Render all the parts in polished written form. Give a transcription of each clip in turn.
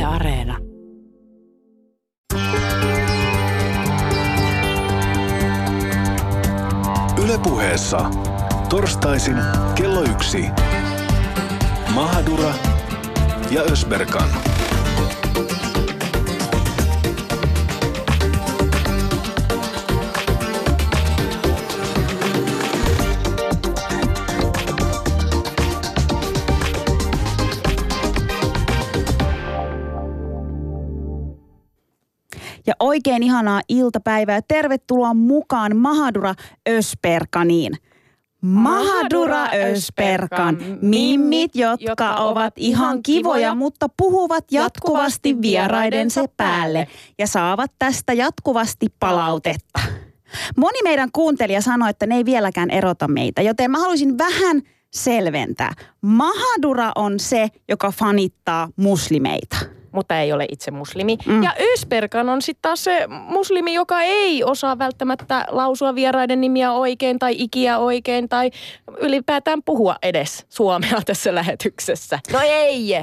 Yle Areena. Yle Puheessa. Torstaisin kello 1. Mahadura ja Ösberkan. Ja oikein ihanaa iltapäivää. Tervetuloa mukaan Mahadura Ösberkaniin. Mahadura Ösberkan. Mimmit, jotka ovat ihan kivoja, mutta puhuvat jatkuvasti vieraidensa päälle ja saavat tästä jatkuvasti palautetta. Moni meidän kuuntelija sanoi, että ne ei vieläkään erota meitä, joten mä haluaisin vähän selventää. Mahadura on se, joka fanittaa muslimeita. Mutta ei ole itse muslimi. Ja Ösberkan on sitten taas se muslimi, joka ei osaa välttämättä lausua vieraiden nimiä oikein tai ikiä oikein tai ylipäätään puhua edes suomea tässä lähetyksessä. No ei!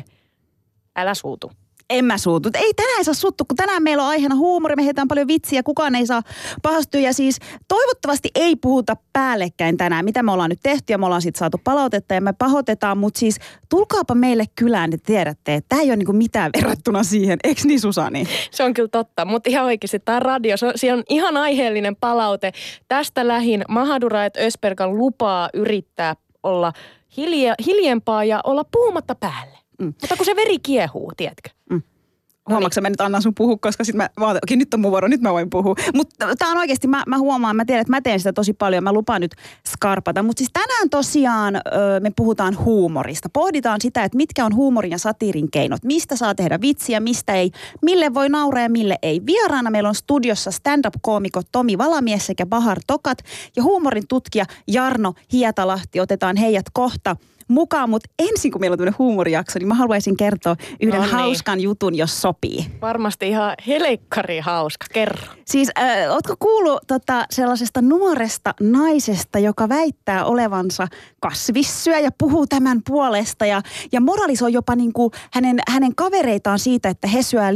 Älä suutu. En mä suutu. Ei tänään saa suttu, kun tänään meillä on aiheena huumori, me heitetään paljon vitsiä, kukaan ei saa pahastua. Ja siis toivottavasti ei puhuta päällekkäin tänään, mitä me ollaan nyt tehty ja me ollaan sitten saatu palautetta ja me pahoitetaan. Mutta siis tulkaapa meille kylään, että tiedätte, että tämä ei ole niinku mitään verrattuna siihen. Eikö niin, Susani? Se on kyllä totta, mutta ihan oikeasti tämä radio, se on ihan aiheellinen palaute. Tästä lähin Mahadura et Ösberkan lupaa yrittää olla hiljempaa ja olla puhumatta päälle. Mutta kun se veri kiehuu, tiedätkö? Huomaatko, mä nyt annan sun puhua, koska sit okei, nyt on mun vuoro, nyt mä voin puhua. Mutta tää on oikeasti, mä huomaan, mä tiedän, että mä teen sitä tosi paljon, mä lupaan nyt skarpata. Mutta siis tänään tosiaan me puhutaan huumorista. Pohditaan sitä, että mitkä on huumorin ja satiirin keinot. Mistä saa tehdä vitsiä, mistä ei. Mille voi nauraa ja mille ei. Vieraana meillä on studiossa stand-up-koomikot Tomi Valamies sekä Bahar Tokat ja huumorin tutkija Jarno Hietalahti. Otetaan heidät kohta mukaan, mutta ensin kun meillä on tämmöinen huumorijakso, niin mä haluaisin kertoa yhden hauskan jutun, jos sopii. Varmasti ihan helkkari hauska. Kerro. Siis, ootko kuullut sellaisesta nuoresta naisesta, joka väittää olevansa kasvissyöjä, puhuu tämän puolesta ja moralisoi jopa niin kuin hänen kavereitaan siitä, että he syö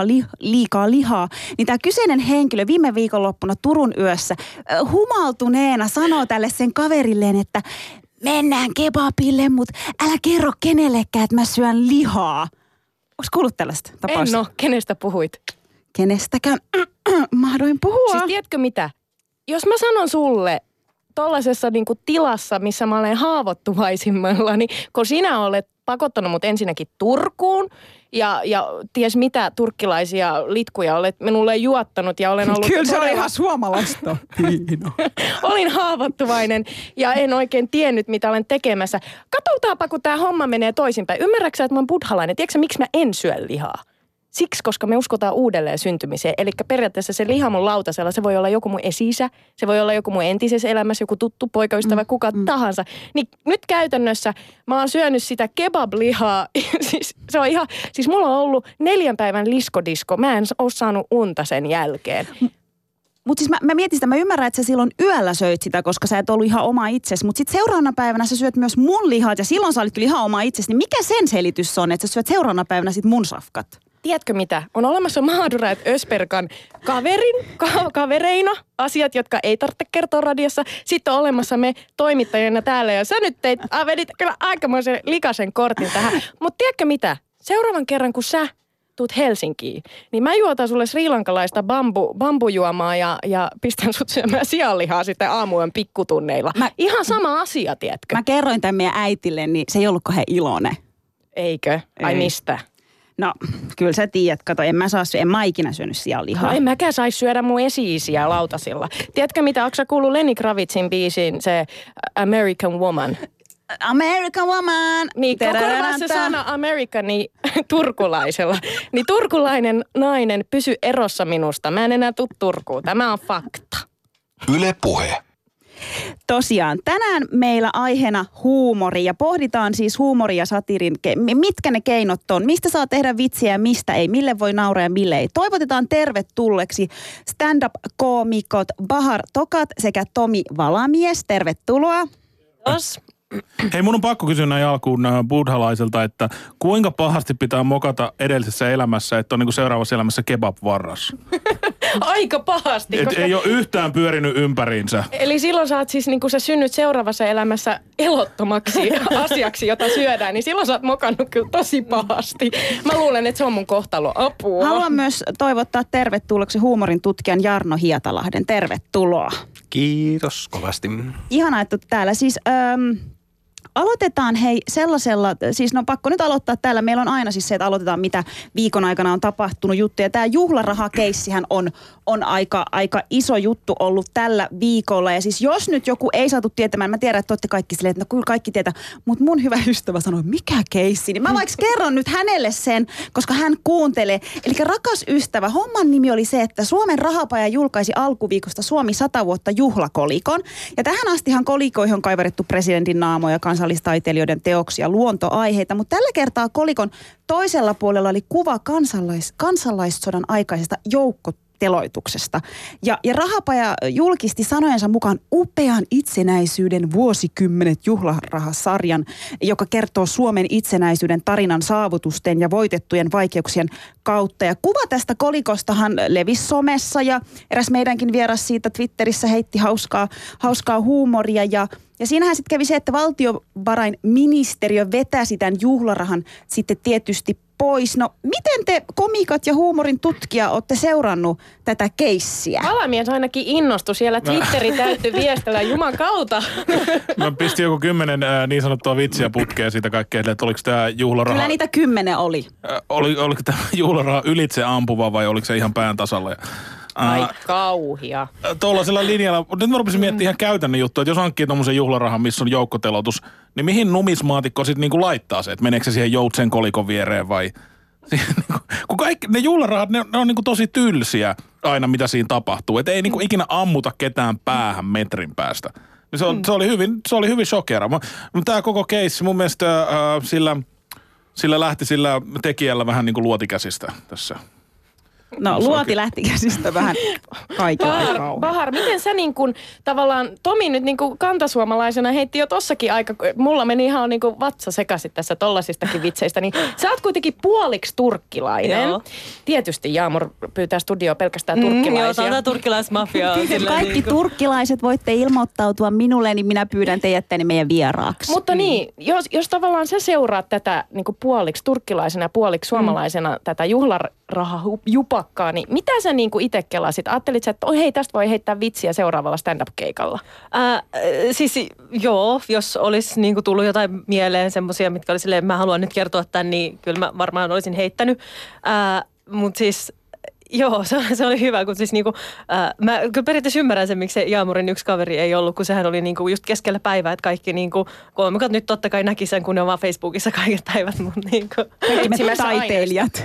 liikaa lihaa. Niin tämä kyseinen henkilö viime viikonloppuna Turun yössä humaltuneena sanoo tälle sen kaverilleen, että mennään kebabille, mutta älä kerro kenellekään, että mä syön lihaa. Oletko kuullut tällaista tapausta? En ole. Kenestä puhuit? Kenestäkään mahdoin puhua. Siis tiedätkö mitä? Jos mä sanon sulle tollasessa niinku tilassa, missä mä olen haavoittuvaisimmalla, niin kun sinä olet pakottanut mut ensinnäkin Turkuun ja ties mitä turkkilaisia litkuja olet minulle juottanut ja olen ollut... Kyllä se on ihan suomalaista. Olin haavoittuvainen ja en oikein tiennyt, mitä olen tekemässä. Katsotaanpa, kun tämä homma menee toisinpäin. Ymmärrätkö sä, että mä oon buddhalainen? Tiedätkö miksi mä en syö lihaa? Siksi, koska me uskotaan uudelleen syntymiseen. Eli periaatteessa se liha mun lautasella, se voi olla joku mun esi-isä, se voi olla joku mun entisessä elämässä, joku tuttu poikaystävä, kuka tahansa. Niin nyt käytännössä mä oon syönyt sitä kebab-lihaa. Se on ihan, siis mulla on ollut 4 päivän liskodisko. Mä en ole saanut unta sen jälkeen. Mutta siis mä mietin sitä, mä ymmärrän, että sä silloin yöllä söit sitä, koska sä et ollut ihan oma itsesi. Mutta sitten seuraavana päivänä sä syöt myös mun lihat ja silloin sä olit kyllä ihan oma itsesi. Niin mikä sen selitys on, että sä syöt seuraavana päivänä sit mun safkat? Tiedätkö mitä? On olemassa Mahadura et Ösberkan kavereina asiat, jotka ei tarvitse kertoa radiossa. Sitten on olemassa me toimittajina täällä ja sä nyt vedit kyllä aikamoisen likaisen kortin tähän. Mutta tiedätkö mitä? Seuraavan kerran kun sä tuut Helsinkiin, niin mä juotan sulle srilankalaista bambujuomaa ja pistän sut syömään sianlihaa sitten aamuyön pikkutunneilla. Ihan sama asia, tiedätkö? Mä kerroin tämän meidän äitille, niin se ei ollut kauhean iloinen. Eikö? Ai Ei. mistä? No, kyllä sä tiedät, kato, en mä ikinä syönyt sianlihaa. No en mäkään saisi syödä mun esi-isiä lautasilla. Tiedätkö mitä, onko sä kuullut Lenny Kravitzin biisin, se American Woman? American Woman! Niin, kokonaan se sana American niin, turkulaisella. Niin turkulainen nainen pysy erossa minusta. Mä en enää tuu Turkuun. Tämä on fakta. Yle Puhe. Tosiaan, tänään meillä aiheena huumori ja pohditaan siis huumorin ja satiirin, mitkä ne keinot on, mistä saa tehdä vitsiä ja mistä ei, mille voi nauraa ja mille ei. Toivotetaan tervetulleeksi stand-up-koomikot Bahar Tokat sekä Tomi Valamies. Tervetuloa. Kiitos. Hei, mun on pakko kysyä näin alkuun buddhalaiselta, että kuinka pahasti pitää mokata edellisessä elämässä, että on niin kuin seuraavassa elämässä kebab-varras? Aika pahasti. Koska... ei ole yhtään pyörinyt ympäriinsä. Eli silloin sä oot siis, niin kun sä synnyt seuraavassa elämässä elottomaksi asiaksi, jota syödään, niin silloin sä oot mokannut kyllä tosi pahasti. Mä luulen, että se on mun kohtalo. Apua. Haluan myös toivottaa tervetulleeksi huumorin tutkijan Jarno Hietalahden. Tervetuloa. Kiitos kovasti. Ihanaa, että olet täällä. Siis aloitetaan sellaisella, siis no pakko nyt aloittaa täällä. Meillä on aina siis se, että aloitetaan mitä viikon aikana on tapahtunut juttuja. Tämä juhlarahakeissihän on aika iso juttu ollut tällä viikolla. Ja siis jos nyt joku ei saatu tietämään, mä tiedän, että olette kaikki silleen, että no kyllä kaikki tietää. Mutta mun hyvä ystävä sanoi, mikä keissi? Niin mä vaikka kerron nyt hänelle sen, koska hän kuuntelee. Eli rakas ystävä, homman nimi oli se, että Suomen rahapaja julkaisi alkuviikosta Suomi 100 vuotta juhlakolikon. Ja tähän astihan kolikoihin on kaivarettu presidentin naamoja, kansallistaiteilijoiden teoksia, luontoaiheita, mutta tällä kertaa kolikon toisella puolella oli kuva kansalaissodan aikaisesta joukkoteloituksesta. Ja rahapaja julkisti sanojensa mukaan upean itsenäisyyden vuosikymmenet juhlarahasarjan, joka kertoo Suomen itsenäisyyden tarinan saavutusten ja voitettujen vaikeuksien kautta. Ja kuva tästä kolikostahan levisi somessa ja eräs meidänkin vieras siitä Twitterissä heitti hauskaa huumoria ja siinähän sitten kävi se, että valtiovarainministeriö vetäisi tämän juhlarahan sitten tietysti pois. No miten te komikat ja huumorin tutkija olette seurannut tätä keissiä? Valamies ainakin innostui siellä. Twitteri täyttyi viestillä Juman kautta. Mä pistin joku 10 niin sanottua vitsiä putkeen siitä kaikkea, että oliko tämä juhlaraha... Kyllä niitä 10 oli. Oliko tämä juhlaraha ylitse ampuva vai oliko se ihan pään tasalla? Ai kauhia. Tuollaisella linjalla, nyt mä rupesin miettimään ihan käytännön juttua, että jos hankkii tommosen juhlarahan, missä on joukkotelotus, niin mihin numismaatikko sitten niinku laittaa se, että meneekö se siihen joutsen kolikon viereen vai... Kun kaikki, ne juhlarahat, ne on niinku tosi tylsiä aina, mitä siinä tapahtuu. Että ei niinku ikinä ammuta ketään päähän metrin päästä. Se oli hyvin shokeraava. Tämä koko keissi mun mielestä sillä lähti sillä tekijällä vähän niinku luotikäsistä tässä. No luoti lähti käsistä vähän kaikilla. Bahar, miten sä niin kuin, tavallaan, Tomi nyt niin kuin kantasuomalaisena heitti jo tossakin mulla meni ihan niin kuin vatsa sekaisin tässä tollasistakin vitseistä, niin sä oot kuitenkin puoliksi turkkilainen. Joo. Tietysti Jaamur pyytää studioon pelkästään turkkilaisia. Joo, turkkilaismafiaa. Kaikki turkkilaiset voitte ilmoittautua minulle, niin minä pyydän teidät tänne meidän vieraaksi. Mutta niin, jos tavallaan sä seuraat tätä niin kuin puoliksi turkkilaisena ja puoliksi suomalaisena tätä juhlarahajupakkaa, niin mitä sä niinku itse kelasit? Ajattelit sä, että hei, tästä voi heittää vitsiä seuraavalla stand-up-keikalla? Siis joo, jos olisi niinku tullut jotain mieleen semmoisia, mitkä oli silleen, mä haluan nyt kertoa tämän, niin kyllä mä varmaan olisin heittänyt. Mutta siis... Joo, se oli hyvä, kun siis niinku, mä kyllä periaatteessa ymmärrän sen, miksi se Jaamurin yksi kaveri ei ollut, kun sehän oli niinku just keskellä päivää, että kaikki niinku, koomikot nyt totta kai näki sen, kun ne on vaan Facebookissa kaiket päivät, mutta niinku. Kaikki me taiteilijat.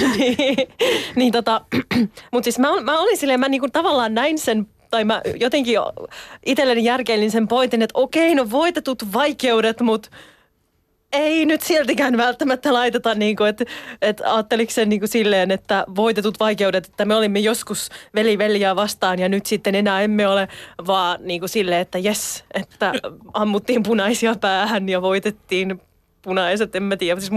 Mutta siis mä olin silleen, mä niinku tavallaan näin sen, tai mä jotenkin itselleni järkeilin sen pointin, että okei, no voitetut vaikeudet, mutta ei nyt siltikään välttämättä laiteta, niin kuin, että ajatteliko sen niin kuin silleen, että voitetut vaikeudet, että me olimme joskus veli-veliä vastaan ja nyt sitten enää emme ole, vaan niin kuin silleen, että jes, että ammuttiin punaisia päähän ja voitettiin punaiset, en mä tiedä. Siis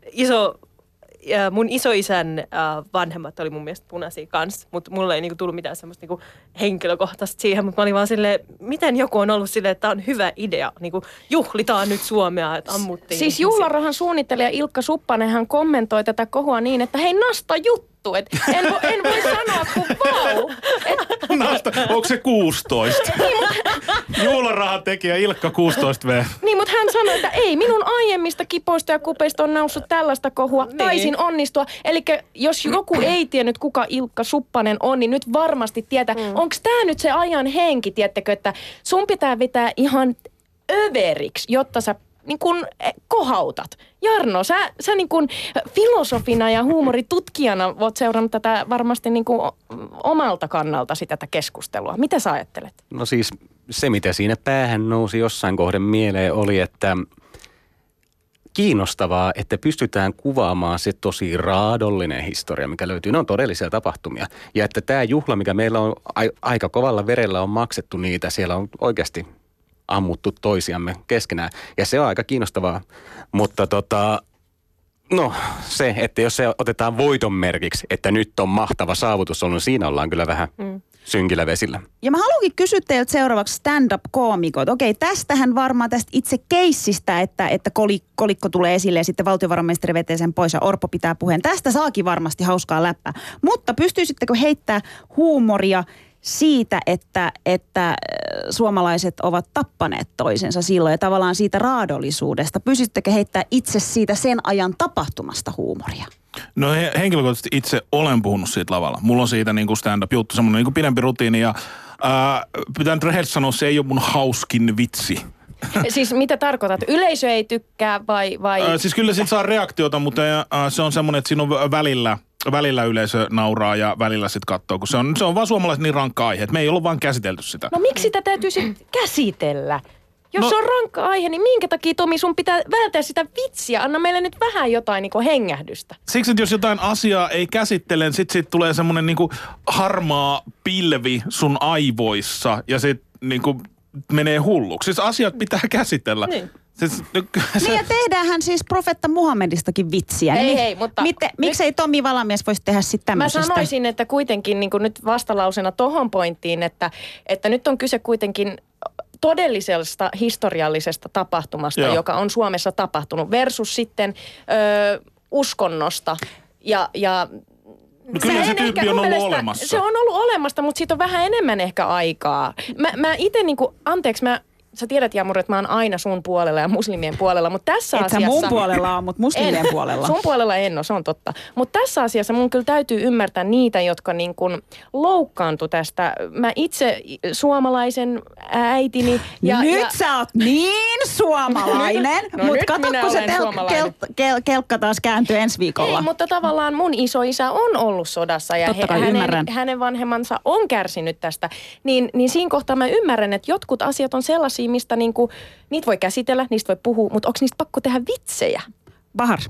mun isoisän vanhemmat oli mun mielestä punaisia kanssa, mutta mulla ei niinku tullut mitään semmoista niinku henkilökohtaista siihen, mutta mä olin vaan silleen, miten joku on ollut silleen, että tää on hyvä idea, niinku juhlitaan nyt Suomea, että ammuttiin. Siis juhlarahan suunnittelija Ilkka Suppanen, hän kommentoi tätä kohua niin, että hei nasta juttu, että en voi sanoa kuin vau. Nasta, onko se 16? Juhlarahan tekijä Ilkka 16V. Niin, mutta hän sanoi, että ei minun aiemmista kipoista ja kupeista on noussut tällaista kohua, taisin onnistua. Eli jos joku ei tiennyt, kuka Ilkka Suppanen on, niin nyt varmasti tietää. Onko tämä nyt se ajan henki, tiedättekö, että sun pitää vetää ihan överiksi, jotta sä niin kun kohautat. Jarno, sä niin kun filosofina ja huumoritutkijana oot seurannut tätä varmasti niin kun omalta kannaltasi tätä keskustelua. Mitä sä ajattelet? No siis se, mitä siinä päähän nousi jossain kohden mieleen oli, että kiinnostavaa, että pystytään kuvaamaan se tosi raadollinen historia, mikä löytyy. Ne on todellisia tapahtumia. Ja että tämä juhla, mikä meillä on aika kovalla verellä on maksettu niitä, siellä on oikeasti ammuttu toisiamme keskenään. Ja se on aika kiinnostavaa, mutta no se, että jos se otetaan voiton merkiksi, että nyt on mahtava saavutus ollut, siinä ollaan kyllä vähän synkillä vesillä. Ja mä haluankin kysyä teiltä seuraavaksi stand-up-koomikot. Okei, tästähän varmaan tästä itse keissistä, että kolikko tulee esille ja sitten valtiovarainministeri vetää sen pois ja Orpo pitää puheen. Tästä saakin varmasti hauskaa läppää. Mutta pystyisittekö heittää huumoria siitä, että suomalaiset ovat tappaneet toisensa silloin ja tavallaan siitä raadollisuudesta? Pystyttekö heittää itse siitä sen ajan tapahtumasta huumoria? No henkilökohtaisesti itse olen puhunut siitä lavalla. Mulla on siitä niin kuin stand-up-juttu, semmoinen niin kuin pidempi rutiini ja pitää nyt rehellisesti sanoa, se ei ole mun hauskin vitsi. Siis mitä tarkoitat? Yleisö ei tykkää vai? Siis kyllä siitä saa reaktiota, mutta se on semmoinen, että siinä on välillä yleisö nauraa ja välillä sitten katsoo, kun se on vaan suomalaiset niin rankka aihe, että me ei ollut vaan käsitelty sitä. No miksi sitä täytyy sitten käsitellä? Jos on rankka aihe, niin minkä takia, Tomi, sun pitää välttää sitä vitsiä? Anna meille nyt vähän jotain niin kuin hengähdystä. Siksi, että jos jotain asiaa ei käsittele, niin sitten tulee semmoinen niin kuin harmaa pilvi sun aivoissa ja sitten niin kuin menee hulluksi. Siis asiat pitää käsitellä. Niin. Niin ja tehdäänhän siis profetta Muhammedistakin vitsiä. Hei, mutta miksei Tomi Valamies voisi tehdä sitten tämmöisestä? Mä sanoisin, että kuitenkin niin kuin nyt vastalausena tohon pointtiin, että nyt on kyse kuitenkin todellisesta historiallisesta tapahtumasta, joka on Suomessa tapahtunut versus sitten uskonnosta ja no kyllä se tyyppi on ollut olemassa. Se on ollut olemassa, mutta siitä on vähän enemmän ehkä aikaa. Mä itse niinku, sä tiedät, Jamur, että mä oon aina sun puolella ja muslimien puolella, mutta tässä asiassa... Et sä mun puolella on, mutta muslimien puolella. Sun puolella en ole, se on totta. Mutta tässä asiassa mun kyllä täytyy ymmärtää niitä, jotka niin kuin loukkaantu tästä. Mä itse suomalaisen äitini... Nyt sä oot niin suomalainen, mutta kato, kun se kelkka taas kääntyy ensi viikolla. Ei, mutta tavallaan mun isoisä on ollut sodassa ja hänen vanhemmansa on kärsinyt tästä. Niin siinä kohtaa mä ymmärrän, että jotkut asiat on sellaisia, mistä niinku, niitä voi käsitellä, niistä voi puhua, mutta onko niistä pakko tehdä vitsejä? Bahar.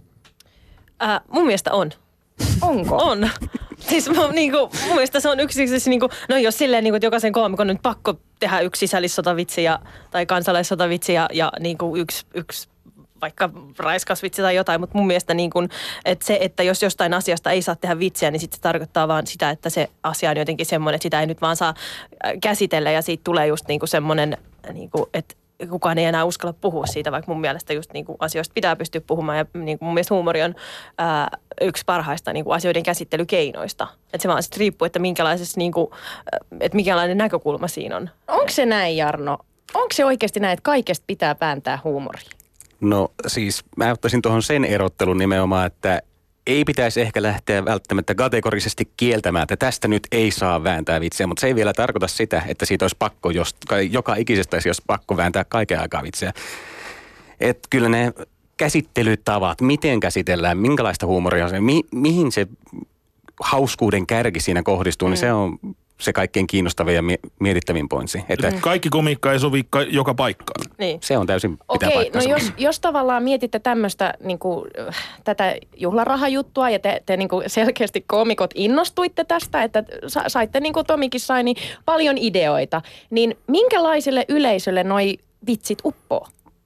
Mun mielestä on. Onko? On. Siis mun mielestä se on yksi niinku, no jos silleen niinku, että jokaisen koomikon on nyt pakko tehdä yksi sisällissotavitsi tai kansalaissotavitsi ja niinku yksi vaikka raiskausvitsi tai jotain, mutta mun mielestä niin kun, että se, että jos jostain asiasta ei saa tehdä vitsiä, niin sitten se tarkoittaa vaan sitä, että se asia on jotenkin semmoinen, että sitä ei nyt vaan saa käsitellä ja siitä tulee just niin kuin semmoinen, niin kuin, että kukaan ei enää uskalla puhua siitä, vaikka mun mielestä just niin kuin asioista pitää pystyä puhumaan ja niin kuin mun mielestä huumori on yksi parhaista niin kuin asioiden käsittelykeinoista. Että se vaan sitten riippuu, että niin kuin, että minkälainen näkökulma siinä on. Onko se näin, Jarno? Onko se oikeasti näin, että kaikesta pitää vääntää huumoria? No siis mä ottaisin tuohon sen erottelun nimenomaan, että ei pitäisi ehkä lähteä välttämättä kategorisesti kieltämään, että tästä nyt ei saa vääntää vitsiä, mutta se ei vielä tarkoita sitä, että siitä olisi pakko, joka ikisestä olisi pakko vääntää kaiken aikaa vitsiä. Että kyllä ne käsittelytavat, miten käsitellään, minkälaista huumoria on, mihin se hauskuuden kärki siinä kohdistuu, niin se on se kaikkein kiinnostavin ja mietittävin pointsi. Että kaikki komiikka ei sovi joka paikkaan. Niin. Se on täysin pitää paikkansa. No jos tavallaan mietitte tämmöistä niinku, tätä juhlarahajuttua ja te niinku selkeästi koomikot innostuitte tästä, että saitte niin kuin Tomikin sai niin paljon ideoita, niin minkälaiselle yleisölle noi vitsit uppoo?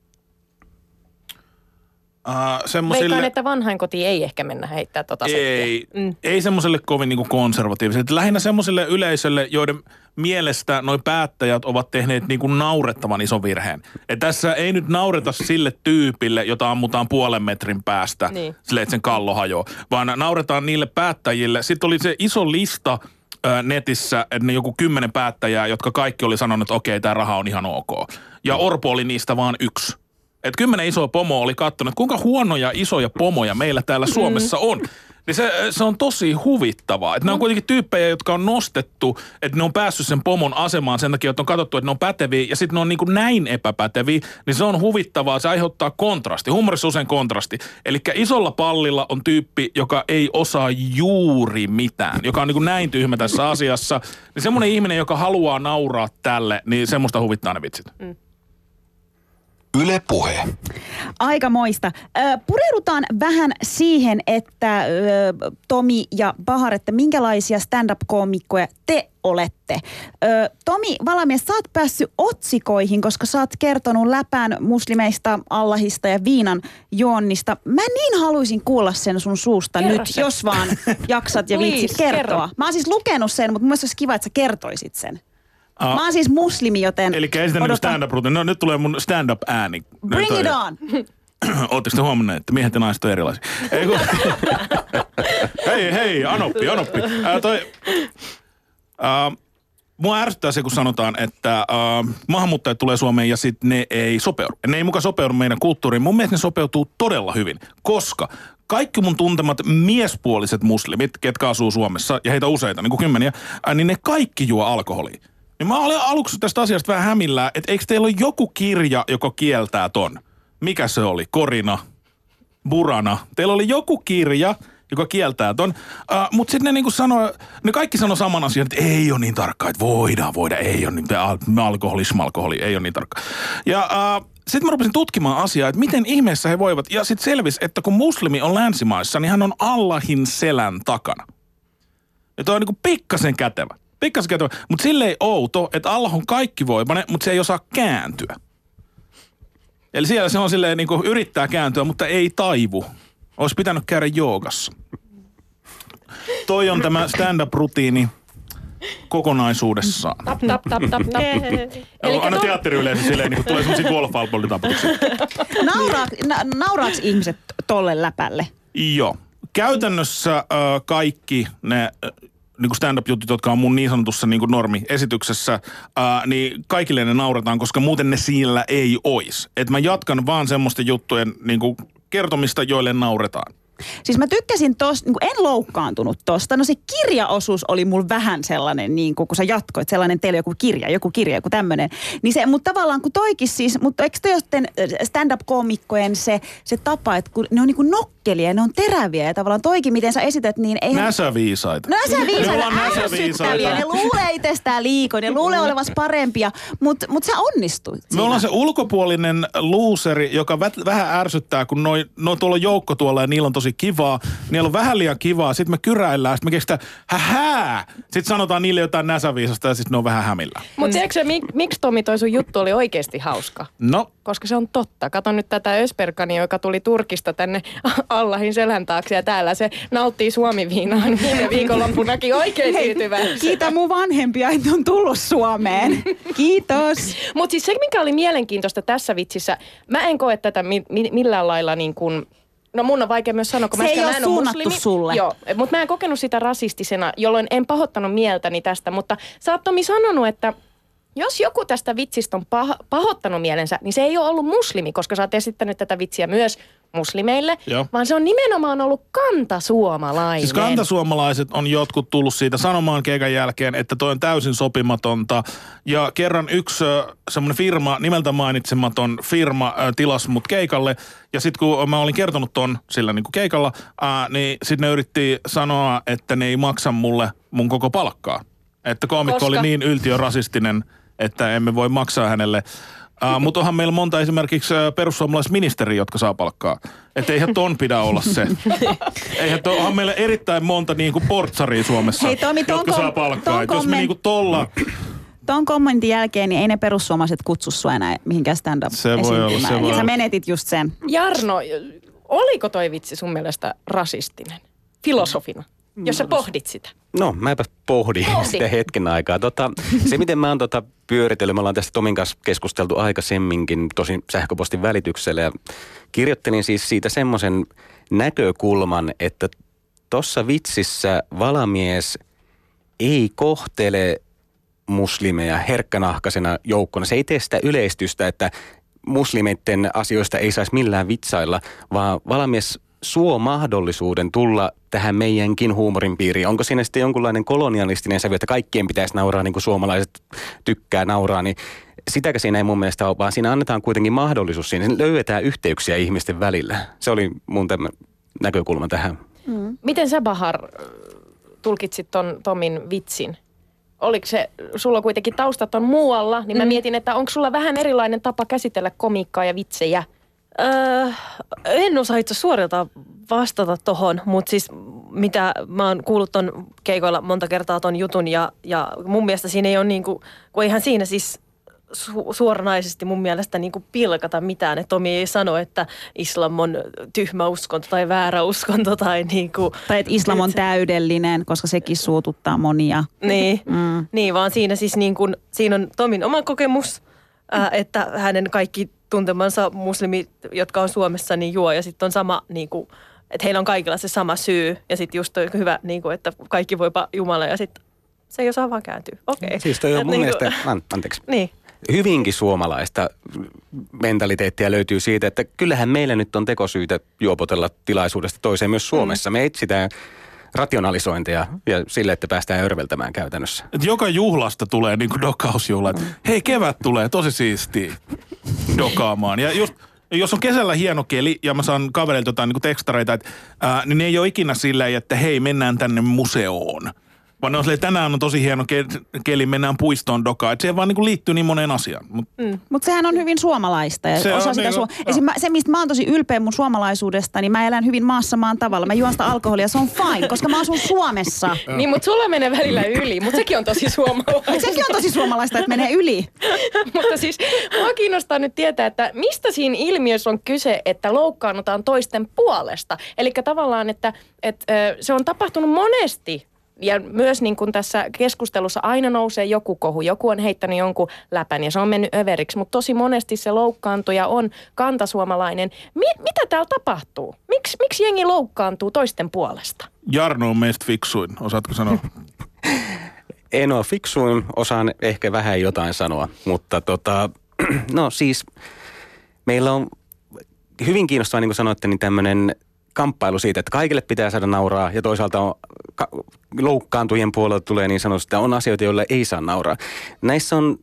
Veikkaan, että vanhainkotiin ei ehkä mennä heittää tota settiä. Ei semmoiselle kovin niinku konservatiiviselle. Lähinnä semmoiselle yleisölle, joiden mielestä noi päättäjät ovat tehneet niinku naurettavan ison virheen. Et tässä ei nyt naureta sille tyypille, jota ammutaan 0,5 metrin päästä, silleen, että sen kallo hajoaa, vaan nauretaan niille päättäjille. Sitten oli se iso lista netissä, että ne joku 10 päättäjää, jotka kaikki oli sanonut, että okei, tämä raha on ihan ok. Ja Orpo oli niistä vaan yksi. Että 10 isoa pomoa oli katsonut, että kuinka huonoja isoja pomoja meillä täällä Suomessa on. Niin se on tosi huvittavaa. Että ne on kuitenkin tyyppejä, jotka on nostettu, että ne on päässyt sen pomon asemaan sen takia, että on katsottu, että ne on päteviä ja sitten ne on niin kuin näin epäpäteviä. Niin se on huvittavaa, se aiheuttaa kontrasti. Huumorissa usein kontrasti. Eli isolla pallilla on tyyppi, joka ei osaa juuri mitään, joka on niin kuin näin tyhmä tässä asiassa. Niin semmoinen ihminen, joka haluaa nauraa tälle, niin semmoista huvittaa ne vitsit. Yle Puhe. Aikamoista. Pureudutaan vähän siihen, että Tomi ja Bahar, että minkälaisia stand-up-koomikkoja te olette. Tomi Valamies, sä oot päässyt otsikoihin, koska sä oot kertonut läpään muslimeista, Allahista ja viinan juonnista. Mä niin haluaisin kuulla sen sun suusta Kerro nyt, se. jos vaan jaksat ja viitsit Please, kertoa. kerro. Mä oon siis lukenut sen, mutta mun mielestä olisi kiva, että sä kertoisit sen. Mä oon siis muslimi, joten... Eli esitän niinku stand-up-ruutin. No nyt tulee mun stand-up-ääni. Bring it on! Ootteko te huomanneet, että miehet ja naiset on erilaisia? Hei, anoppi. Mua ärsyttää se, kun sanotaan, että maahanmuuttajat tulee Suomeen ja sitten ne ei sopeudu. Ne ei muka sopeudu meidän kulttuuriin. Mun mielestä ne sopeutuu todella hyvin, koska kaikki mun tuntemat miespuoliset muslimit, ketkä asuu Suomessa, ja heitä useita, niin kuin kymmeniä, niin ne kaikki juo alkoholia. Niin mä olin aluksi tästä asiasta vähän hämillään, että eikö teillä ole joku kirja, joka kieltää ton? Mikä se oli? Korina? Burana? Teillä oli joku kirja, joka kieltää ton. Mutta sitten ne niinku ne kaikki sanoi saman asian, että ei ole niin tarkkaa, että voidaan, ei ole niin, alkoholi, ei ole niin tarkkaa. Ja sitten mä rupesin tutkimaan asiaa, että miten ihmeessä he voivat. Ja sitten selvisi, että kun muslimi on länsimaissa, niin hän on Allahin selän takana. Ja toi on niinku pikkasen kätevä. Mutta silleen outo, että Allah on kaikkivoimainen, mutta se ei osaa kääntyä. Eli siellä se on silleen niin kuin yrittää kääntyä, mutta ei taivu. Olisi pitänyt käydä joogassa. Toi on tämä stand-up-rutiini kokonaisuudessaan. Tap. Aina teatteriyleisö silleen, niin kuin tulee semmoisia golf-alkoholitapauksia. Nauraaks ihmiset tolle läpälle? Joo. Käytännössä kaikki ne niin kuin stand-up-jutut, jotka on mun niin sanotussa niin kuin normiesityksessä, niin kaikille ne naurataan, koska muuten ne siellä ei ois. Että mä jatkan vaan semmoisten juttujen niin kuin kertomista, joille nauretaan. Siis mä tykkäsin tosta, niin en loukkaantunut tosta. No se kirjaosuus oli mulla vähän sellainen, niin kun sä jatkoit, sellainen teillä joku kirja, joku tämmönen. Niin se, mutta tavallaan kun toikin siis, mutta eikö toi stand-up-koomikkojen se tapa, että kun ne on niin kuin nokkelia, ne on teräviä ja tavallaan toikin, miten sä esität, niin eihän... Näsäviisaita. Ärsyttäviä, ne luulee itsestään liikoin, ne luulee olevas parempia, mutta sä onnistuit siinä. Me ollaan se ulkopuolinen looseri, joka vähän ärsyttää, kun noi tuolla on joukko tuolla ja niillä on tosi kivaa. Niillä on vähän liian kivaa. Sitten me kyräillään. Sitten me keksitään, Sitten sanotaan niille jotain näsäviisasta ja sitten ne on vähän hämillä. Mutta tiedätkö miksi Tomi toi sun juttu oli oikeasti hauska? No. Koska se on totta. Kato nyt tätä Ösperkania, joka tuli Turkista tänne Allahin selän taakse ja täällä se nauttii Suomi-viinaa viime viikonloppunakin oikein tyytyväisenä. Kiitä mun vanhempia, että on tullut Suomeen. Kiitos. Mutta siis se, mikä oli mielenkiintoista tässä vitsissä, mä en koe tätä millään lailla niin kuin... No mun on vaikea myös sanoa, kun se mä ei ole en suunnattu muslimi. sulle. Joo, mutta mä en kokenut sitä rasistisena, jolloin en pahoittanut mieltäni tästä. Mutta sä oot Tomi sanonut, että jos joku tästä vitsistä on pahoittanut mielensä, niin se ei ole ollut muslimi, koska sä oot esittänyt tätä vitsiä myös muslimeille, Joo. vaan se on nimenomaan ollut kantasuomalainen. Siis kantasuomalaiset on jotkut tullut siitä sanomaan keikan jälkeen, että toi on täysin sopimatonta. Ja kerran yksi semmoinen firma, nimeltä mainitsematon firma, tilasi mut keikalle. Ja sitten kun mä olin kertonut ton sillä niin kuin keikalla, niin sitten ne yritti sanoa, että ne ei maksa mulle mun koko palkkaa. Että koomikko oli niin yltiörasistinen, että emme voi maksaa hänelle. Mutta onhan meillä monta esimerkiksi perussuomalaisministeriä, jotka saa palkkaa. Että eihän ton pidä olla se. Onhan meillä erittäin monta niin kuin portsaria Suomessa, Hei, Tomi, jotka saa palkkaa. Jos me niin kuin tolla... Ton kommentin jälkeen niin ei ne perussuomalaiset kutsu sua enää mihinkään stand-up Se voi olla, se voi ja sä olla. menetit just sen. Jarno, oliko toi vitsi sun mielestä rasistinen? Filosofina, jos sä pohdit sitä. No, mäpä pohdin sitä hetken aikaa. Se, miten mä oon pyöritellyt, me ollaan tästä Tomin kanssa keskusteltu aikaisemminkin, tosin sähköpostin välityksellä, ja kirjoittelin siis siitä semmoisen näkökulman, että tossa vitsissä Valamies ei kohtele muslimeja herkkänahkaisena joukkona. Se ei tee sitä yleistystä, että muslimeiden asioista ei saisi millään vitsailla, vaan Valamies suo mahdollisuuden tulla tähän meidänkin huumorin piiriin. Onko siinä sitten jonkunlainen kolonialistinen sävy, että kaikkien pitäisi nauraa niin kuin suomalaiset tykkää nauraa, niin sitäkö siinä ei mun mielestä ole, vaan siinä annetaan kuitenkin mahdollisuus siinä. Löydetään yhteyksiä ihmisten välillä. Se oli mun näkökulma tähän. Miten sä, Bahar, tulkitsit ton Tomin vitsin? oliko se, sulla kuitenkin taustat on muualla, niin mä mietin, että onko sulla vähän erilainen tapa käsitellä komiikkaa ja vitsejä? En osaa itse suorilta vastata tohon, mutta siis mitä mä oon kuullut ton keikoilla monta kertaa ton jutun ja mun mielestä siinä ei ole niinku, kun eihän siinä siis suoranaisesti mun mielestä niinku pilkata mitään, että Tomi ei sano, että islam on tyhmä uskonto tai väärä uskonto tai niinku. Tai että islam on täydellinen, koska sekin suututtaa monia. Niin, vaan siinä siis niinku, siinä on Tomin oma kokemus, että hänen kaikki tuntemansa muslimit, jotka on Suomessa, niin juo ja sitten on sama niinku, että heillä on kaikilla se sama syy ja sitten just on hyvä niinku, että kaikki voipa Jumala ja sitten se ei osaa vaan kääntyä. Okei. Siis toi on mun mielestä, anteeksi. Niin. Hyvinkin suomalaista mentaliteettia löytyy siitä, että kyllähän meillä nyt on tekosyytä juopotella tilaisuudesta toiseen myös Suomessa. Me etsitään rationalisointeja ja sille, että päästään örveltämään käytännössä. Et joka juhlasta tulee niin kuin dokausjuhla, että hei kevät tulee, tosi siistiä dokaamaan. Ja just, jos on kesällä hieno keli ja mä saan kavereilta jotain niin kuin tekstareita, niin ne ei ole ikinä silleen, että hei mennään tänne museoon. Vaan ne on silleen, tänään on tosi hieno keli, mennään puistoon dokaan. Että siihen vaan niin kuin liittyy niin moneen asiaan. Mutta sehän on hyvin suomalaista. Ja se, osa on, sitä niin, se, mistä mä oon tosi ylpeä mun suomalaisuudesta, niin mä elän hyvin maassa maan tavalla. Mä juon sitä alkoholia, se on fine, koska mä asun Suomessa. Niin, mutta sulla menee välillä yli, mutta sekin on tosi suomalaista. Sekin on tosi suomalaista, että menee yli. Mutta siis mua kiinnostaa nyt tietää, että mistä siinä ilmiössä on kyse, että loukkaannutaan toisten puolesta. Eli tavallaan, että se on tapahtunut monesti. Ja myös niin kuin tässä keskustelussa aina nousee joku kohu. Joku on heittänyt jonkun läpän ja se on mennyt överiksi, mutta tosi monesti se loukkaantuja on kantasuomalainen. Mitä täällä tapahtuu? Miksi jengi loukkaantuu toisten puolesta? Jarno on meistä fiksuin, osaatko sanoa? En ole fiksuin, osaan ehkä vähän jotain sanoa, mutta no siis meillä on hyvin kiinnostavaa, niin kuin sanoitte, niin tämmöinen kamppailu siitä, että kaikille pitää saada nauraa ja toisaalta on loukkaantujien puolelta tulee niin sanotusti, että on asioita, joilla ei saa nauraa. Näissä on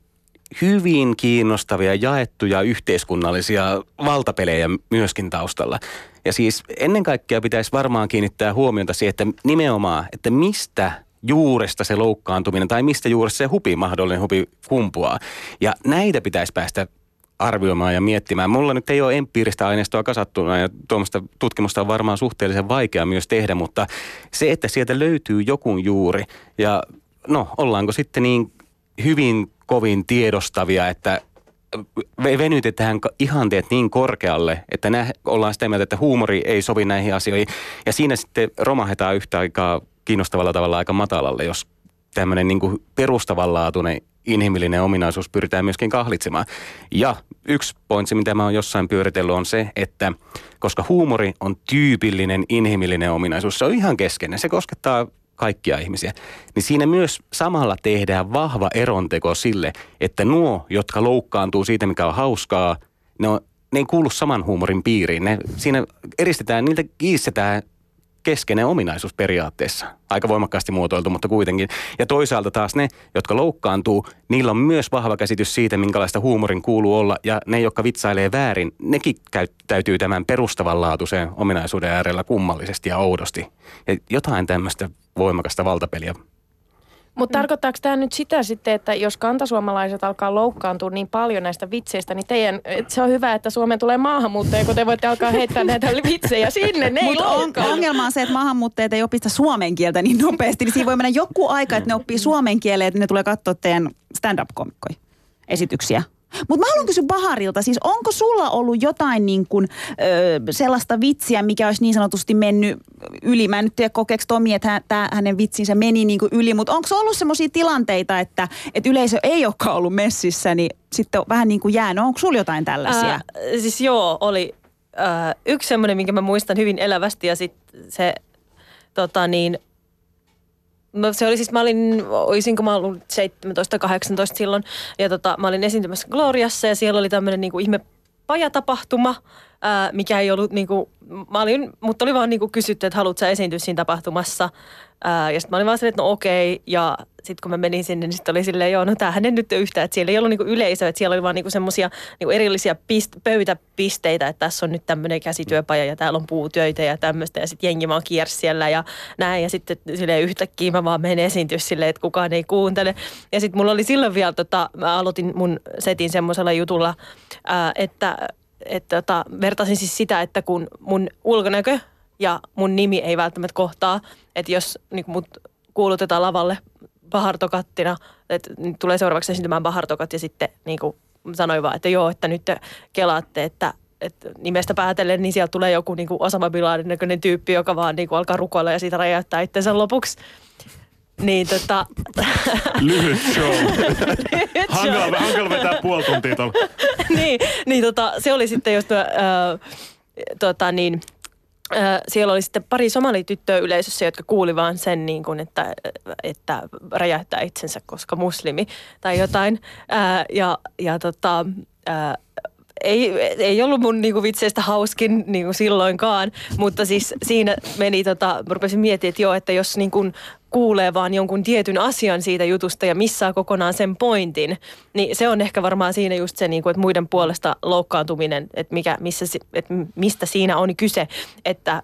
hyvin kiinnostavia jaettuja yhteiskunnallisia valtapelejä myöskin taustalla. Ja siis ennen kaikkea pitäisi varmaan kiinnittää huomiota siihen, että nimenomaan, että mistä juuresta se loukkaantuminen tai mistä juuresta se mahdollinen hupi kumpuaa. Ja näitä pitäisi päästä arvioimaan ja miettimään. Mulla nyt ei ole empiiristä aineistoa kasattuna ja tuommoista tutkimusta on varmaan suhteellisen vaikea myös tehdä, mutta se, että sieltä löytyy joku juuri ja no ollaanko sitten niin hyvin kovin tiedostavia, että venytetään ihanteet niin korkealle, että ollaan sitä mieltä, että huumori ei sovi näihin asioihin ja siinä sitten romahdetaan yhtä aikaa kiinnostavalla tavalla aika matalalle, jos tämmöinen niin kuin perustavanlaatuinen inhimillinen ominaisuus pyritään myöskin kahlitsemaan. Ja yksi pointsi, mitä mä oon jossain pyöritellyt, on se, että koska huumori on tyypillinen inhimillinen ominaisuus, se on ihan keskeinen, se koskettaa kaikkia ihmisiä, niin siinä myös samalla tehdään vahva eronteko sille, että nuo, jotka loukkaantuu siitä, mikä on hauskaa, ne ei kuulu saman huumorin piiriin. Siinä eristetään, niiltä kiistetään keskeinen ominaisuus periaatteessa. Aika voimakkaasti muotoiltu, mutta kuitenkin. Ja toisaalta taas ne, jotka loukkaantuu, niillä on myös vahva käsitys siitä, minkälaista huumorin kuuluu olla. Ja ne, jotka vitsailee väärin, nekin käyttäytyy tämän perustavanlaatuisen ominaisuuden äärellä kummallisesti ja oudosti. Ja jotain tämmöistä voimakasta valtapeliä. Mutta tarkoittaako tämä nyt sitä sitten, että jos kantasuomalaiset alkaa loukkaantua niin paljon näistä vitseistä, niin se on hyvä, että Suomeen tulee maahanmuuttajia, kun te voitte alkaa heittää näitä vitsejä sinne, ne ei loukkaannu. Ongelma on se, että maahanmuuttajat ei opista suomen kieltä niin nopeasti, niin siinä voi mennä joku aika, että ne oppii suomen kielen, että ne tulee katsoa teidän stand-up-komikkoja esityksiä. Mutta mä haluan kysyä Baharilta, siis onko sulla ollut jotain niin kuin, sellaista vitsiä, mikä olisi niin sanotusti mennyt yli? Mä en nyt tiedä kokeeksi Tomi, että hänen vitsinsä meni niin kuin yli, mutta onko ollut semmoisia tilanteita, että yleisö ei olekaan ollut messissä, niin sitten on vähän niin kuin jäänyt. Onko sulla jotain tällaisia? Siis joo, oli yksi semmoinen, minkä mä muistan hyvin elävästi ja sitten se se oli siis, olisinko mä ollut 17-18 silloin, ja mä olin esiintymässä Gloriassa, ja siellä oli tämmöinen niinku ihme pajatapahtuma, mikä ei ollut niinku mutta oli vaan niinku kysytty, että haluatko sä esiintyä siinä tapahtumassa. Ja sitten mä olin vaan silleen, että no okei. Ja sitten kun mä menin sinne, niin sitten oli silleen, joo, no tämähän ei nyt yhtään. Että siellä ei ollut niinku yleisöä, että siellä oli vaan niinku semmoisia niinku erillisiä pöytäpisteitä, että tässä on nyt tämmöinen käsityöpaja ja täällä on puutöitä ja tämmöistä. Ja sitten jengi vaan kiersi siellä ja näin. Ja sitten silleen yhtäkkiä mä vaan menen esiintyä silleen, että kukaan ei kuuntele. Ja sitten mulla oli silloin vielä, mä aloitin mun setin semmoisella jutulla, että vertaisin siis sitä, että kun mun ulkonäkö ja mun nimi ei välttämättä kohtaa, että jos niin mut kuulutetaan lavalle Bahartokattina, että tulee seuraavaksi esiintymään Bahartokat ja sitten niin kuin sanoin vaan, että joo, että nyt te kelaatte, että nimestä päätellen, niin sieltä tulee joku niin kuin Osama Bin Laden näköinen tyyppi, joka vaan niin kuin alkaa rukoilla ja siitä räjäyttää itsensä lopuksi. Niin Lyhyt show. Hankala vetää puoli tuntia tuolla. niin se oli sitten just siellä oli sitten pari somalityttöä yleisössä, jotka kuuli vaan sen niin kuin, että räjäyttää itsensä, koska muslimi tai jotain. Ei ollut mun niinku vitseistä hauskin niinku silloinkaan, mutta siis siinä meni, mä rupesin miettimään, että joo, että jos niinku kuulee vaan jonkun tietyn asian siitä jutusta ja missaa kokonaan sen pointin, niin se on ehkä varmaan siinä just se, niinku, että muiden puolesta loukkaantuminen, että mistä siinä on kyse, että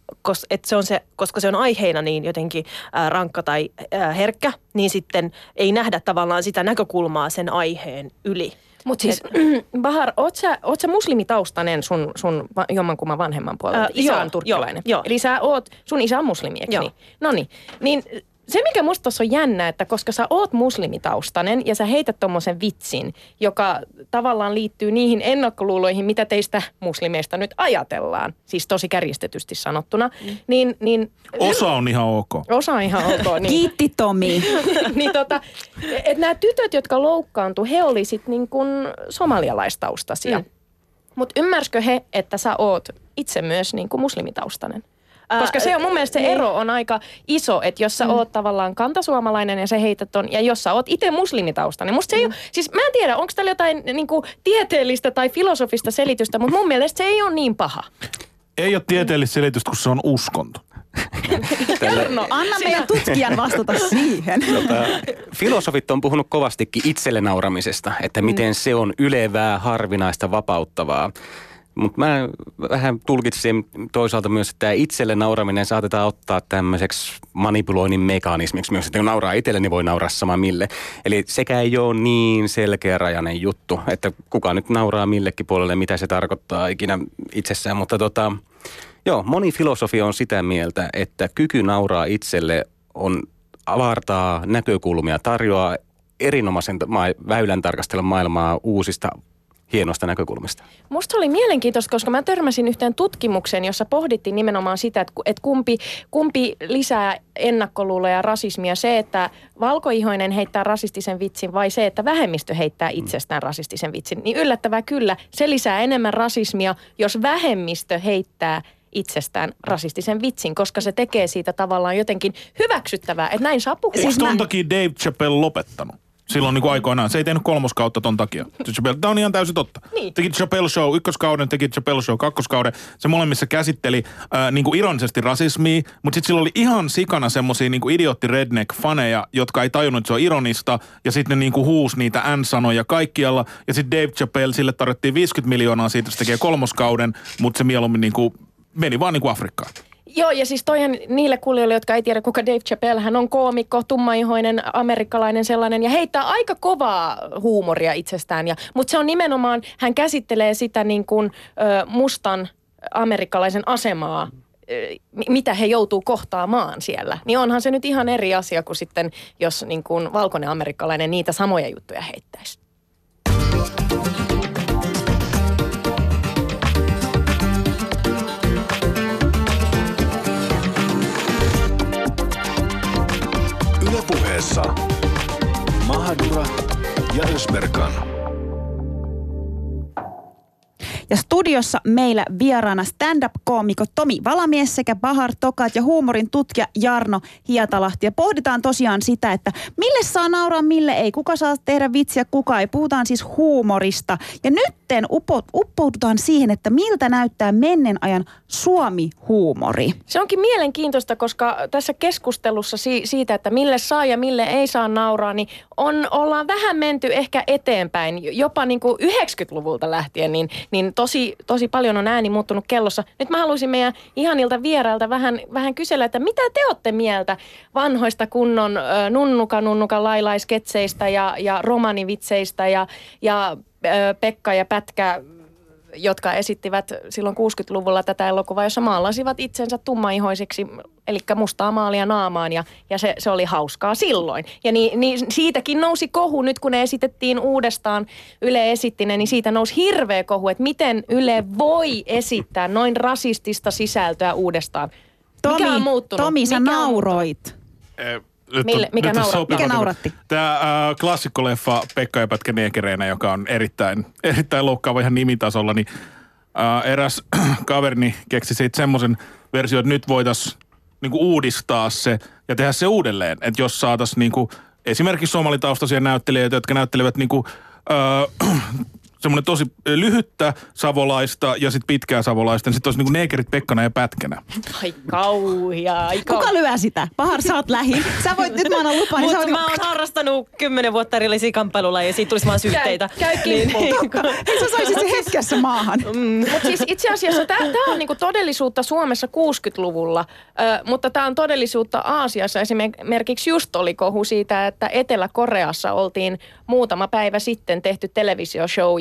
koska se on aiheena niin jotenkin rankka tai herkkä, niin sitten ei nähdä tavallaan sitä näkökulmaa sen aiheen yli. Mutta siis, Bahar, oot sä muslimitaustainen sun jommankumman vanhemman puolelta? Isä on turkkilainen. Joo. Eli sun isä on muslimi, eikö niin? Noniin. Niin se, mikä musta tossa on jännä, että koska sä oot muslimitaustainen ja sä heität tommosen vitsin, joka tavallaan liittyy niihin ennakkoluuloihin, mitä teistä muslimeista nyt ajatellaan, siis tosi kärjistetysti sanottuna, niin Osa on ihan ok. Osa on ihan ok. Niin. Kiitti Tomi. Niin että nämä tytöt, jotka loukkaantui, he oli sit niin kuin somalialaistaustaisia. Mutta ymmärskö he, että sä oot itse myös niin kuin muslimitaustainen? Koska se on mun mielestä se ero on aika iso, että jos sä oot tavallaan kantasuomalainen ja sä heität ton, ja jos sä oot itse muslimitaustainen. Musta se ei ole, siis mä en tiedä, onko täällä jotain niinku tieteellistä tai filosofista selitystä, mutta mun mielestä se ei ole niin paha. Ei ole tieteellistä selitystä, kun se on uskonto. Jarno, anna meidän tutkijan vastata siihen. Filosofit on puhunut kovastikin itselle nauramisesta, että miten se on ylevää, harvinaista, vapauttavaa. Mutta mä vähän tulkitsin toisaalta myös, että tämä itselle nauraminen saatetaan ottaa tämmöiseksi manipuloinnin mekanismiksi myös, että kun nauraa itselle, niin voi nauraa sama mille. Eli sekä ei ole niin selkeärajainen juttu, että kuka nyt nauraa millekin puolelle, mitä se tarkoittaa ikinä itsessään. Mutta joo, moni filosofi on sitä mieltä, että kyky nauraa itselle on avartaa näkökulmia, tarjoaa erinomaisen väylän tarkastella maailmaa uusista hienosta näkökulmasta. Musta oli mielenkiintoista, koska mä törmäsin yhteen tutkimukseen, jossa pohdittiin nimenomaan sitä, että kumpi lisää ennakkoluuloja ja rasismia. Se, että valkoihoinen heittää rasistisen vitsin vai se, että vähemmistö heittää itsestään rasistisen vitsin. Niin yllättävää kyllä, se lisää enemmän rasismia, jos vähemmistö heittää itsestään rasistisen vitsin, koska se tekee siitä tavallaan jotenkin hyväksyttävää, että näin saa puhua. Siis ton takia Dave Chappelle lopettanut? Silloin niin kuin aikoinaan. Se ei tehnyt 3. kautta ton takia. Tämä on ihan täysin totta. Niin. Teki Chappelle Show 1. kauden, teki Chappelle Show 2. kauden. Se molemmissa käsitteli niin kuin ironisesti rasismia, mutta sitten sillä oli ihan sikana semmosia niin kuin idiotti redneck-faneja, jotka ei tajunnut, että se on ironista, ja sitten ne niin kuin huusi niitä N-sanoja kaikkialla, ja sitten Dave Chappelle, sille tarvittiin 50 miljoonaa siitä, että se tekee 3. kauden, mutta se mieluummin niin kuin meni vaan niin kuin Afrikkaan. Joo, ja siis toihan niille kuulijoille, jotka ei tiedä, kuka Dave Chappelle, hän on koomikko, tummaihoinen, amerikkalainen sellainen, ja heittää aika kovaa huumoria itsestään. Mutta se on nimenomaan, hän käsittelee sitä niin kuin mustan amerikkalaisen asemaa, mitä he joutuu kohtaamaan siellä. Niin onhan se nyt ihan eri asia kuin sitten, jos niin kuin valkoinen amerikkalainen niitä samoja juttuja heittäisi. Yle Puheessa Mahadura ja Ösberkan. Ja studiossa meillä vieraana stand-up-koomikko Tomi Valamies sekä Bahar Tokat ja huumorin tutkija Jarno Hietalahti. Ja pohditaan tosiaan sitä, että mille saa nauraa, mille ei. Kuka saa tehdä vitsiä, kuka ei. Puhutaan siis huumorista. Ja nyt sitten uppoudutaan siihen, että miltä näyttää menneen ajan Suomi-huumori. Se onkin mielenkiintoista, koska tässä keskustelussa siitä, että mille saa ja mille ei saa nauraa, niin ollaan vähän menty ehkä eteenpäin. Jopa niin kuin 90-luvulta lähtien, niin tosi paljon on ääni muuttunut kellossa. Nyt mä haluaisin meidän ihanilta vierailta vähän kysellä, että mitä te olette mieltä vanhoista kunnon nunnuka lailaisketseistä ja romanivitseistä ja Pekka ja Pätkä, jotka esittivät silloin 60-luvulla tätä elokuvaa, jossa maalasivat itsensä tummaihoisiksi, eli mustaa maalia naamaan, ja se oli hauskaa silloin. Ja niin siitäkin nousi kohu, nyt kun ne esitettiin uudestaan, Yle esitti ne, niin siitä nousi hirveä kohu, että miten Yle voi esittää noin rasistista sisältöä uudestaan. Mikä on muuttunut? Tomi, sä nauroit. Mikä nauratti? Tämä klassikkoleffa Pekka ja Pätkä Niekereinä, joka on erittäin loukkaava ihan nimitasolla, niin eräs kaverini keksi siitä semmoisen version, että nyt voitaisiin niinku uudistaa se ja tehdä se uudelleen. Että jos saataisiin niinku, esimerkiksi somalitaustaisia näyttelijöitä, jotka näyttelevät niinku, semmoinen tosi lyhyttä savolaista ja sitten pitkää savolaista, niin sitten olisi niinku neekerit Pekkana ja Pätkänä. Ai kauhia. Kuka lyö sitä? Pahar, sä oot lähin. Sä voit, nyt mä annan lupaa, niin Mutta mä oon harrastanut 10 vuotta erillisiä kamppailulajeja ja siitä tulisi vaan syytteitä. Käy kimppuun. Hei, sä saisit se hetkessä maahan. Mutta siis itse asiassa tämä on niinku todellisuutta Suomessa 60-luvulla, mutta tämä on todellisuutta Aasiassa. Esimerkiksi just oli kohu siitä, että Etelä-Koreassa oltiin muutama päivä sitten tehty televisioshow,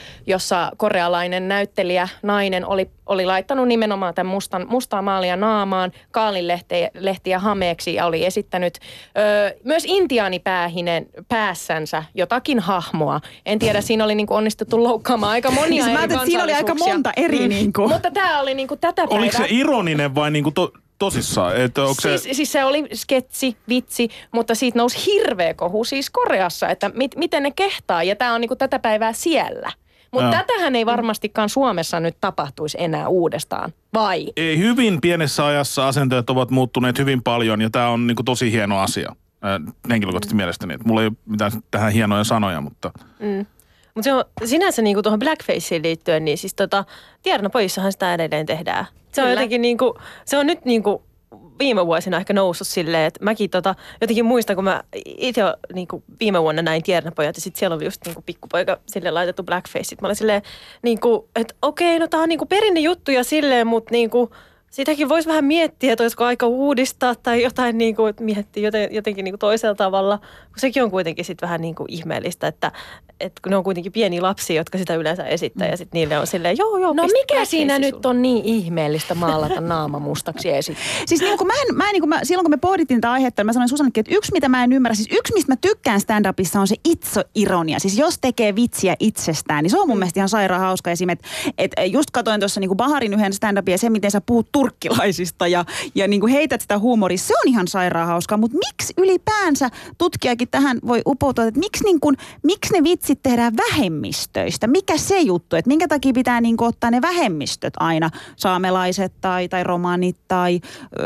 jossa korealainen näyttelijä, nainen, oli laittanut nimenomaan tämän mustaa maalia naamaan, kaalinlehtiä hameeksi ja oli esittänyt myös intiaanipäähinen päässänsä jotakin hahmoa. En tiedä, siinä oli niinku onnistuttu loukkaamaan aika monia eri kansallisuuksia. Siinä oli aika monta eri niinku. Mutta tämä oli niinku tätä päivää. Oliko se ironinen vai niinku tosissaan? Siis se oli sketsi, vitsi, mutta siitä nousi hirveä kohu siis Koreassa, että miten ne kehtaa. Ja tämä on niinku tätä päivää siellä. Mutta tätähän ei varmastikaan Suomessa nyt tapahtuisi enää uudestaan, vai? Ei, hyvin pienessä ajassa asenteet ovat muuttuneet hyvin paljon ja tämä on niinku tosi hieno asia. Henkilökohtaisesti mielestäni. Mulla ei ole mitään tähän hienoja sanoja, mutta... Mutta se on sinänsä niinku tuohon blackfaceen liittyen, niin siis Tiedonapojissahan sitä edelleen tehdään. Se on jotenkin niinku, se on nyt niinku viime vuosina ehkä noussut silleen, että mäkin jotenkin muistan, kun mä itse niinku viime vuonna näin Tiedonapojat ja sitten siellä oli just niinku pikkupoika silleen laitettu blackface. Mä olin silleen niinku, että okei, no tää on niinku perinnejuttuja silleen, mutta niinku sitäkin voisi vähän miettiä, että olisiko aika uudistaa tai jotain niinku, että miettiä jotenkin niinku toisella tavalla. Kun sekin on kuitenkin sitten vähän niinku ihmeellistä, että kun ne on kuitenkin pieniä lapsia, jotka sitä yleensä esittää ja sitten niille on silleen, joo. No mikä siinä nyt on niin ihmeellistä maalata naama mustaksi ja esittää? Siis niin kuin silloin kun me pohdittiin tätä aihetta, mä sanoin Susannekin, että yksi mitä mä en ymmärrä, siis yksi mistä mä tykkään stand-upissa on se itsoironia. Siis jos tekee vitsiä itsestään, niin se on mun mielestä ihan sairaan hauska esimerkiksi. Että just katsoin tuossa niin Baharin yhden stand-upin ja se, miten sä puhut turkkilaisista ja niin kuin heität sitä huumoria, se on ihan sairaan hauskaa. Mutta miksi ylipäänsä tutkijakin tähän voi upoutua, että miksi ne vitsit tehdään vähemmistöistä? Mikä se juttu? Että minkä takia pitää niin kuin ottaa ne vähemmistöt aina? Saamelaiset tai romanit tai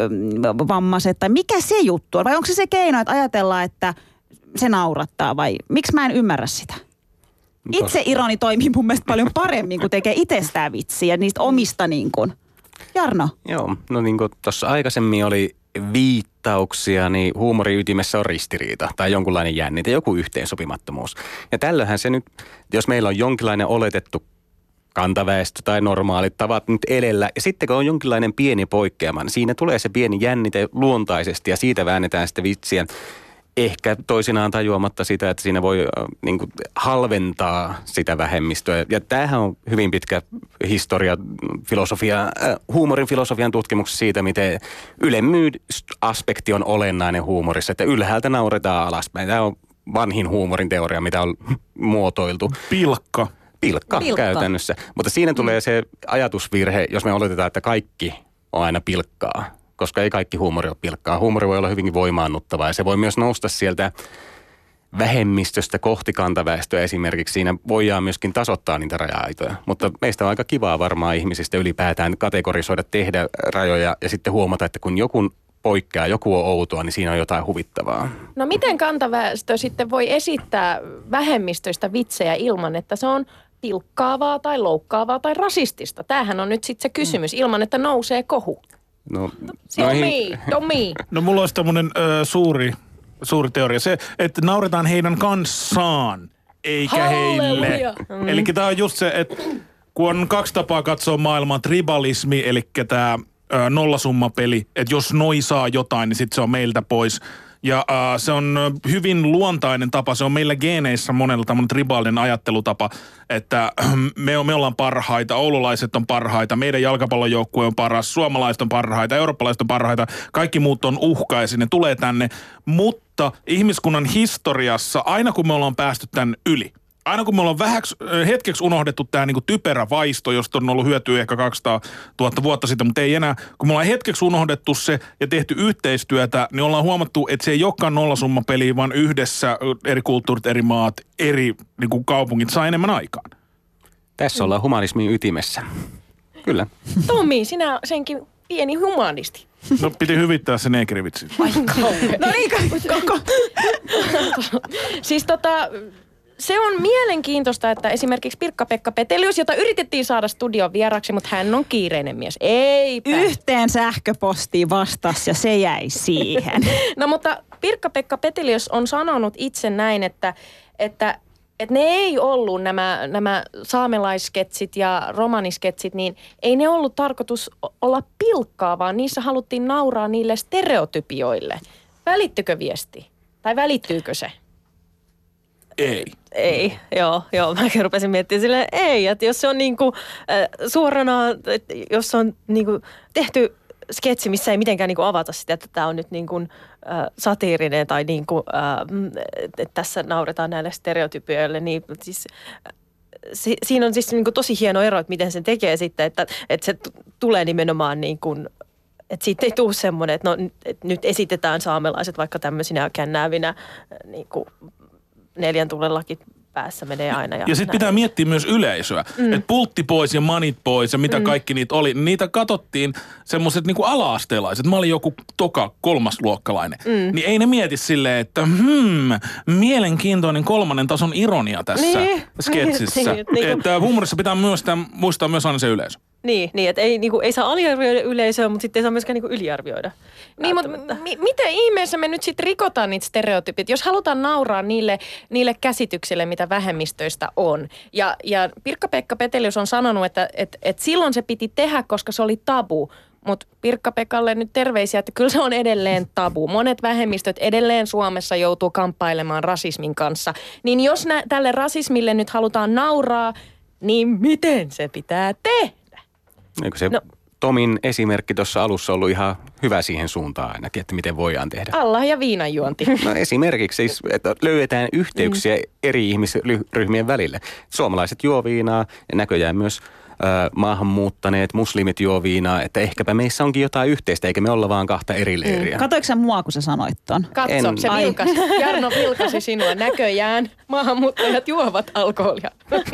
vammaiset tai mikä se juttu on? Vai onko se keino, että ajatellaan, että se naurattaa vai miksi mä en ymmärrä sitä? Itse ironi toimii mun mielestä paljon paremmin, kun tekee itsestään vitsiä niistä omista niin kuin. Jarno? Joo, no niin kuin tuossa aikaisemmin oli viittauksia, niin huumorin ytimessä on ristiriita tai jonkunlainen jännite, joku yhteensopimattomuus. Ja tällöinhän se nyt, jos meillä on jonkinlainen oletettu kantaväestö tai normaalit tavat nyt edellä, ja sitten kun on jonkinlainen pieni poikkeama, niin siinä tulee se pieni jännite luontaisesti ja siitä väännetään sitten vitsiä. Ehkä toisinaan tajuamatta sitä, että siinä voi niin kuin halventaa sitä vähemmistöä. Ja tämähän on hyvin pitkä historia, huumorin filosofian tutkimuksessa siitä, miten ylemmyysaspekti on olennainen huumorissa. Että ylhäältä nauretaan alaspäin. Tämä on vanhin huumorin teoria, mitä on muotoiltu. Pilkka käytännössä. Mutta siinä tulee se ajatusvirhe, jos me oletetaan, että kaikki on aina pilkkaa. Koska ei kaikki huumori ole pilkkaa. Huumori voi olla hyvinkin voimaannuttavaa ja se voi myös nousta sieltä vähemmistöstä kohti kantaväestöä esimerkiksi. Siinä voidaan myöskin tasoittaa niitä raja-aitoja. Mutta meistä on aika kivaa varmaan ihmisistä ylipäätään kategorisoida, tehdä rajoja ja sitten huomata, että kun joku poikkeaa, joku on outoa, niin siinä on jotain huvittavaa. No miten kantaväestö sitten voi esittää vähemmistöistä vitsejä ilman, että se on pilkkaavaa tai loukkaavaa tai rasistista? Tämähän on nyt sitten se kysymys, ilman että nousee kohu. No, Tomi. No mulla olisi tämmönen suuri teoria. Se, että nauretaan heidän kanssaan, eikä heille. Eli tää on just se, että kun on 2 tapaa katsoa maailmaa, tribalismi, eli tää nollasummapeli, että jos noi saa jotain, niin sitten se on meiltä pois. Ja se on hyvin luontainen tapa, se on meillä geeneissä monella tämmöinen tribaalinen ajattelutapa, että me ollaan parhaita, oululaiset on parhaita, meidän jalkapallojoukkue on paras, suomalaiset on parhaita, eurooppalaiset on parhaita, kaikki muut on uhkaisia, ne tulee tänne, mutta ihmiskunnan historiassa, aina kun me ollaan päästy tän yli, aina kun me ollaan hetkeksi unohdettu tämä niinku typerä vaisto, josta on ollut hyötyä ehkä 200 000 vuotta sitten, mutta ei enää. Kun me ollaan hetkeksi unohdettu se ja tehty yhteistyötä, niin ollaan huomattu, että se ei olekaan nollasummapeli, vaan yhdessä eri kulttuurit, eri maat, eri niinku kaupungit saa enemmän aikaan. Tässä ollaan humanismin ytimessä. Kyllä. Tomi, sinä senkin pieni humanisti. No piti hyvittää se negrivitsi. No niin, koko. Siis se on mielenkiintoista, että esimerkiksi Pirkka-Pekka Petelius, jota yritettiin saada studion vieraksi, mutta hän on kiireinen mies. Eipä. Yhteen sähköpostiin vastasi ja se jäi siihen. No mutta Pirkka-Pekka Petelius on sanonut itse näin, että ne ei ollut nämä saamelaisketsit ja romanisketsit, niin ei ne ollut tarkoitus olla pilkkaa, vaan niissä haluttiin nauraa niille stereotypioille. Välittykö viesti? Tai välittyykö se? Ei, joo. Mäkin rupesin miettimään silleen, ei, että jos se on niinku suorana, jos on niinku tehty sketsi, missä ei mitenkään niinku avata sitä, että tämä on nyt niinku satiirinen tai niinku, että tässä nauretaan näille stereotypioille, niin siis siinä on siis niinku tosi hieno ero, että miten sen tekee sitten, että se tulee nimenomaan niin kuin, että siitä ei tule semmoinen, että nyt esitetään saamelaiset vaikka tämmöisinä kännäävinä niin kuin 4 tuulen lakit päässä menee aina. Ja sitten pitää miettiä myös yleisöä. Että pultti pois ja manit pois ja mitä kaikki niitä oli. Niitä katsottiin semmoiset niinku ala-asteelaiset. Mä olin joku 3. luokkalainen. Niin ei ne mieti silleen, että mielenkiintoinen 3. tason ironia tässä sketsissä. Että huumorissa pitää muistaa myös aina se yleisö. Niin, että ei saa aliarvioida yleisöä, mutta sitten ei saa myöskään yliarvioida. Niin, mutta miten ihmeessä me nyt sitten rikotaan niitä stereotypit, jos halutaan nauraa niille käsityksille, mitä vähemmistöistä on. Ja Pirkka-Pekka Petelius on sanonut, että silloin se piti tehdä, koska se oli tabu. Mutta Pirkka-Pekalle nyt terveisiä, että kyllä se on edelleen tabu. Monet vähemmistöt edelleen Suomessa joutuu kamppailemaan rasismin kanssa. Niin jos tälle rasismille nyt halutaan nauraa, niin miten se pitää tehdä? Eikö se Tomin esimerkki tuossa alussa ollut ihan hyvä siihen suuntaan ainakin, että miten voidaan tehdä? Allah ja viinanjuonti. No esimerkiksi siis, että löydetään yhteyksiä eri ihmisryhmien välille. Suomalaiset juo viinaa ja näköjään myös maahanmuuttaneet muslimit juo viinaa, että ehkäpä meissä onkin jotain yhteistä, eikä me olla vaan 2 eri leiriä. Katoiko sä mua, kun sä sanoit ton? Katso, se vilkasi. Jarno vilkasi sinua näköjään. Maahanmuuttajat juovat alkoholia.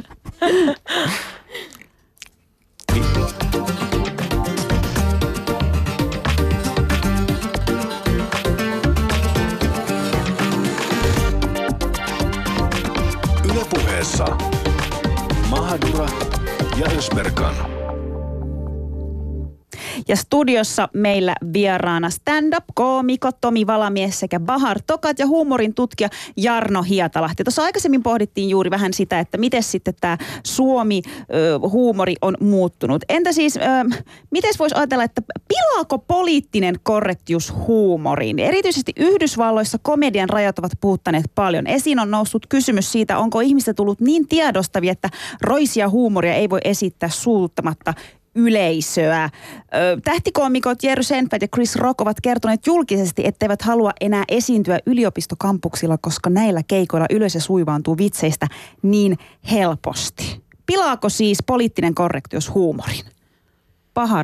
Yle Puheessa Mahadura ja Ösberkan. Ja studiossa meillä vieraana stand-up-koomikot Tomi Valamies sekä Bahar Tokat ja huumorin tutkija Jarno Hietalahti. Tuossa aikaisemmin pohdittiin juuri vähän sitä, että miten sitten tämä Suomi-huumori on muuttunut. Entä siis, miten voisi ajatella, että pilaako poliittinen korrektius huumorin? Erityisesti Yhdysvalloissa komedian rajat ovat puhuttaneet paljon. Esiin on noussut kysymys siitä, onko ihmistä tullut niin tiedostavia, että roisia huumoria ei voi esittää suututtamatta yleisöä. Tähtikoomikot Jerry Seinfeld ja Chris Rock ovat kertoneet julkisesti, etteivät halua enää esiintyä yliopistokampuksilla, koska näillä keikoilla yleisö suivaantuu vitseistä niin helposti. Pilaako siis poliittinen korrektius huumorin? Bahar?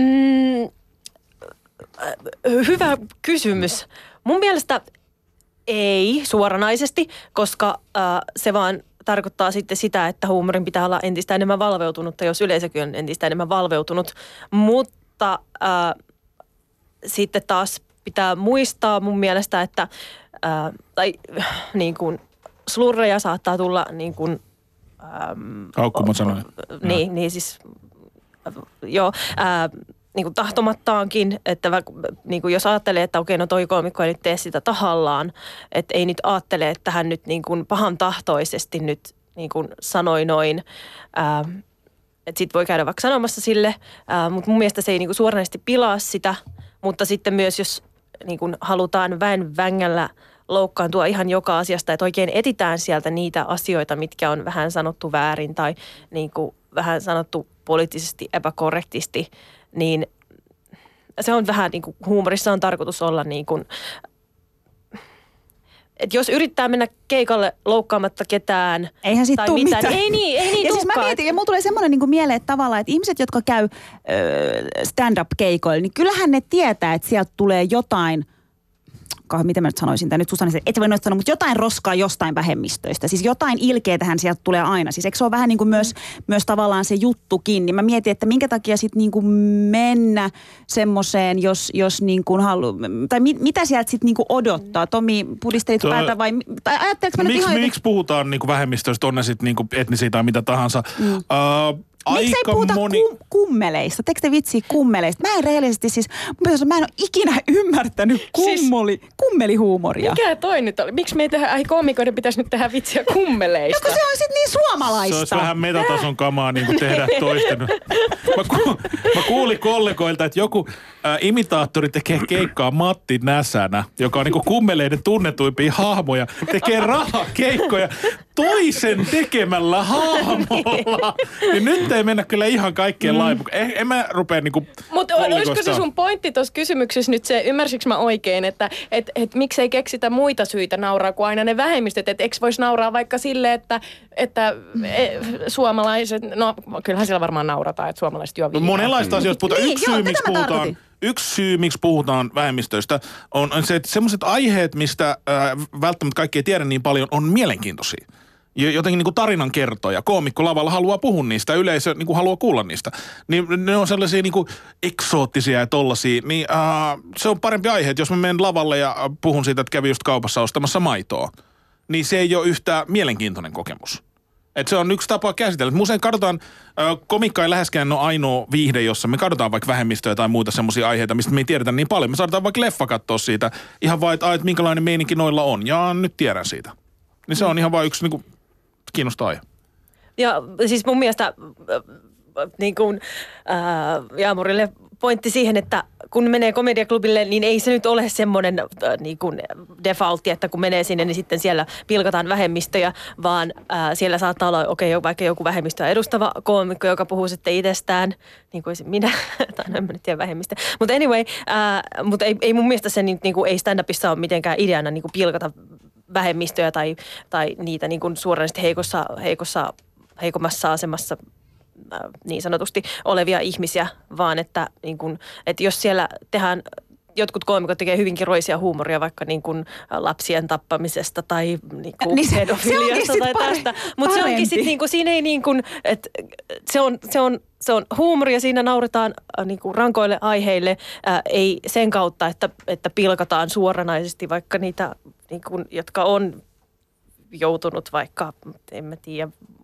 Hyvä kysymys. Mun mielestä ei suoranaisesti, koska se vaan tarkoittaa sitten sitä, että huumorin pitää olla entistä enemmän valveutunutta, jos yleisökin on entistä enemmän valveutunut. Mutta sitten taas pitää muistaa mun mielestä, että niin kuin slurreja saattaa tulla niin kuin Haukkumat sanoja. Niin siis, joo, niin kuin tahtomattaankin, että niin kuin jos ajattelee, että okei, no toi koomikko ei nyt tee sitä tahallaan, että ei nyt ajattele, että hän nyt niin kuin pahan tahtoisesti nyt niin kuin sanoi noin, että sit voi käydä vaikka sanomassa sille, mutta mun mielestä se ei niin kuin suoranaisesti pilaa sitä, mutta sitten myös jos niin kuin halutaan väen vängällä loukkaantua ihan joka asiasta, että oikein etitään sieltä niitä asioita, mitkä on vähän sanottu väärin tai niin kuin vähän sanottu poliittisesti epäkorrektisti, niin se on vähän niin kuin huumorissa on tarkoitus olla niin kuin, että jos yrittää mennä keikalle loukkaamatta ketään eihän siitä tai tule mitään, mitään. ei niin ja siis mä mietin, ja mulla tulee semmoinen niin kuin mieleen, että tavallaan, että ihmiset, jotka käy stand-up-keikoilla, niin kyllähän ne tietää, että sieltä tulee jotain, mitä mä nyt sanoisin, tai nyt Susanne, et sä voi noista sanoa, mutta jotain roskaa jostain vähemmistöistä. Siis jotain ilkeätähän sieltä tulee aina. Siis eikö se ole vähän niin kuin myös tavallaan se juttukin, niin mä mietin, että minkä takia sitten niin kuin mennä semmoiseen, jos niin kuin tai mitä sieltä sitten niin kuin odottaa? Tomi, pudistelit päätä vai ajatteletko mä nyt ihan Miksi puhutaan niin kuin vähemmistöistä, on ne sitten niin kuin etnisiä tai mitä tahansa? Miksi ei puhuta kummeleista? Teekö te vitsiä kummeleista? Mä en rehellisesti siis, mä en ole ikinä ymmärtänyt kummelihuumoria. Mikä toi nyt oli? Miksi me ei tehdä, koomikoiden pitäisi nyt tehdä vitsiä kummeleista? No kun se on sitten niin suomalaista. Se olisi vähän metatason kamaa niin kuin tehdä toisten. Mä kuulin kollegoilta, että joku imitaattori tekee keikkaa Matti Näsänä, joka on niin kuin kummeleiden tunnetuimpia hahmoja, tekee rahakeikkoja toisen tekemällä hahmolla. Niin nyt ei mennä kyllä ihan kaikkien laipuun. En mä rupea niinku Mutta olisiko se sun pointti tuossa kysymyksessä nyt se, ymmärsikö mä oikein, että miksei keksitä muita syitä nauraa kuin aina ne vähemmistöt, että eikö voisi nauraa vaikka sille, että suomalaiset, no kyllähän siellä varmaan naurataan, että suomalaiset juo viinaa. Monenlaista asioista puhutaan. Niin, Yksi syy, miksi puhutaan vähemmistöistä, on se, että sellaiset aiheet, mistä välttämättä kaikki ei tiedä niin paljon, on mielenkiintoisia. Jotenkin niin kuin tarinan kertoja. Koomikko lavalla haluaa puhua niistä, yleisö niin kuin haluaa kuulla niistä. Niin ne on sellaisia niin kuin eksoottisia ja tollaisia. Niin se on parempi aihe, että jos mä menen lavalle ja puhun siitä, että kävin just kaupassa ostamassa maitoa, niin se ei ole yhtään mielenkiintoinen kokemus. Että se on yksi tapa käsitellä. Mutta usein katsotaan, komikka ei läheskään ole ainoa viihde, jossa me katsotaan vaikka vähemmistöjä tai muita semmoisia aiheita, mistä me ei tiedetä niin paljon. Me saadaan vaikka leffa katsoa siitä ihan vaan, että minkälainen meininki noilla on. Ja nyt tiedän siitä. Niin se on ihan vaan yksi niin kuin kiinnostaa aihe. Ja siis mun mielestä niin kuin Jaamurille pointti siihen, että kun menee komediaklubille, niin ei se nyt ole semmoinen niin kuin defaultti, että kun menee sinne, niin sitten siellä pilkataan vähemmistöjä, vaan siellä saattaa olla vaikka joku vähemmistöä edustava koomikko, joka puhuu sitten itsestään, niin kuin minä, tai en mä nyt tiedä vähemmistä. Mutta anyway, mutta ei mun mielestä se niin kuin, ei stand-upissa ole mitenkään ideana niin kuin pilkata vähemmistöjä tai niitä niin kuin suoranaisesti heikommassa asemassa niin sanotusti olevia ihmisiä, vaan että, niin kun, että jos siellä tehdään, jotkut koomikot tekee hyvinkin roisia huumoria vaikka niin kun lapsien tappamisesta tai niin kun pedofiliasta tai tästä. Mutta se onkin sitten, niin kun, siinä ei niin kuin, että se on huumoria, siinä nauretaan niin kuin rankoille aiheille, ei sen kautta, että pilkataan suoranaisesti vaikka niitä, niin kun, jotka on joutunut vaikka, en mä tiedä,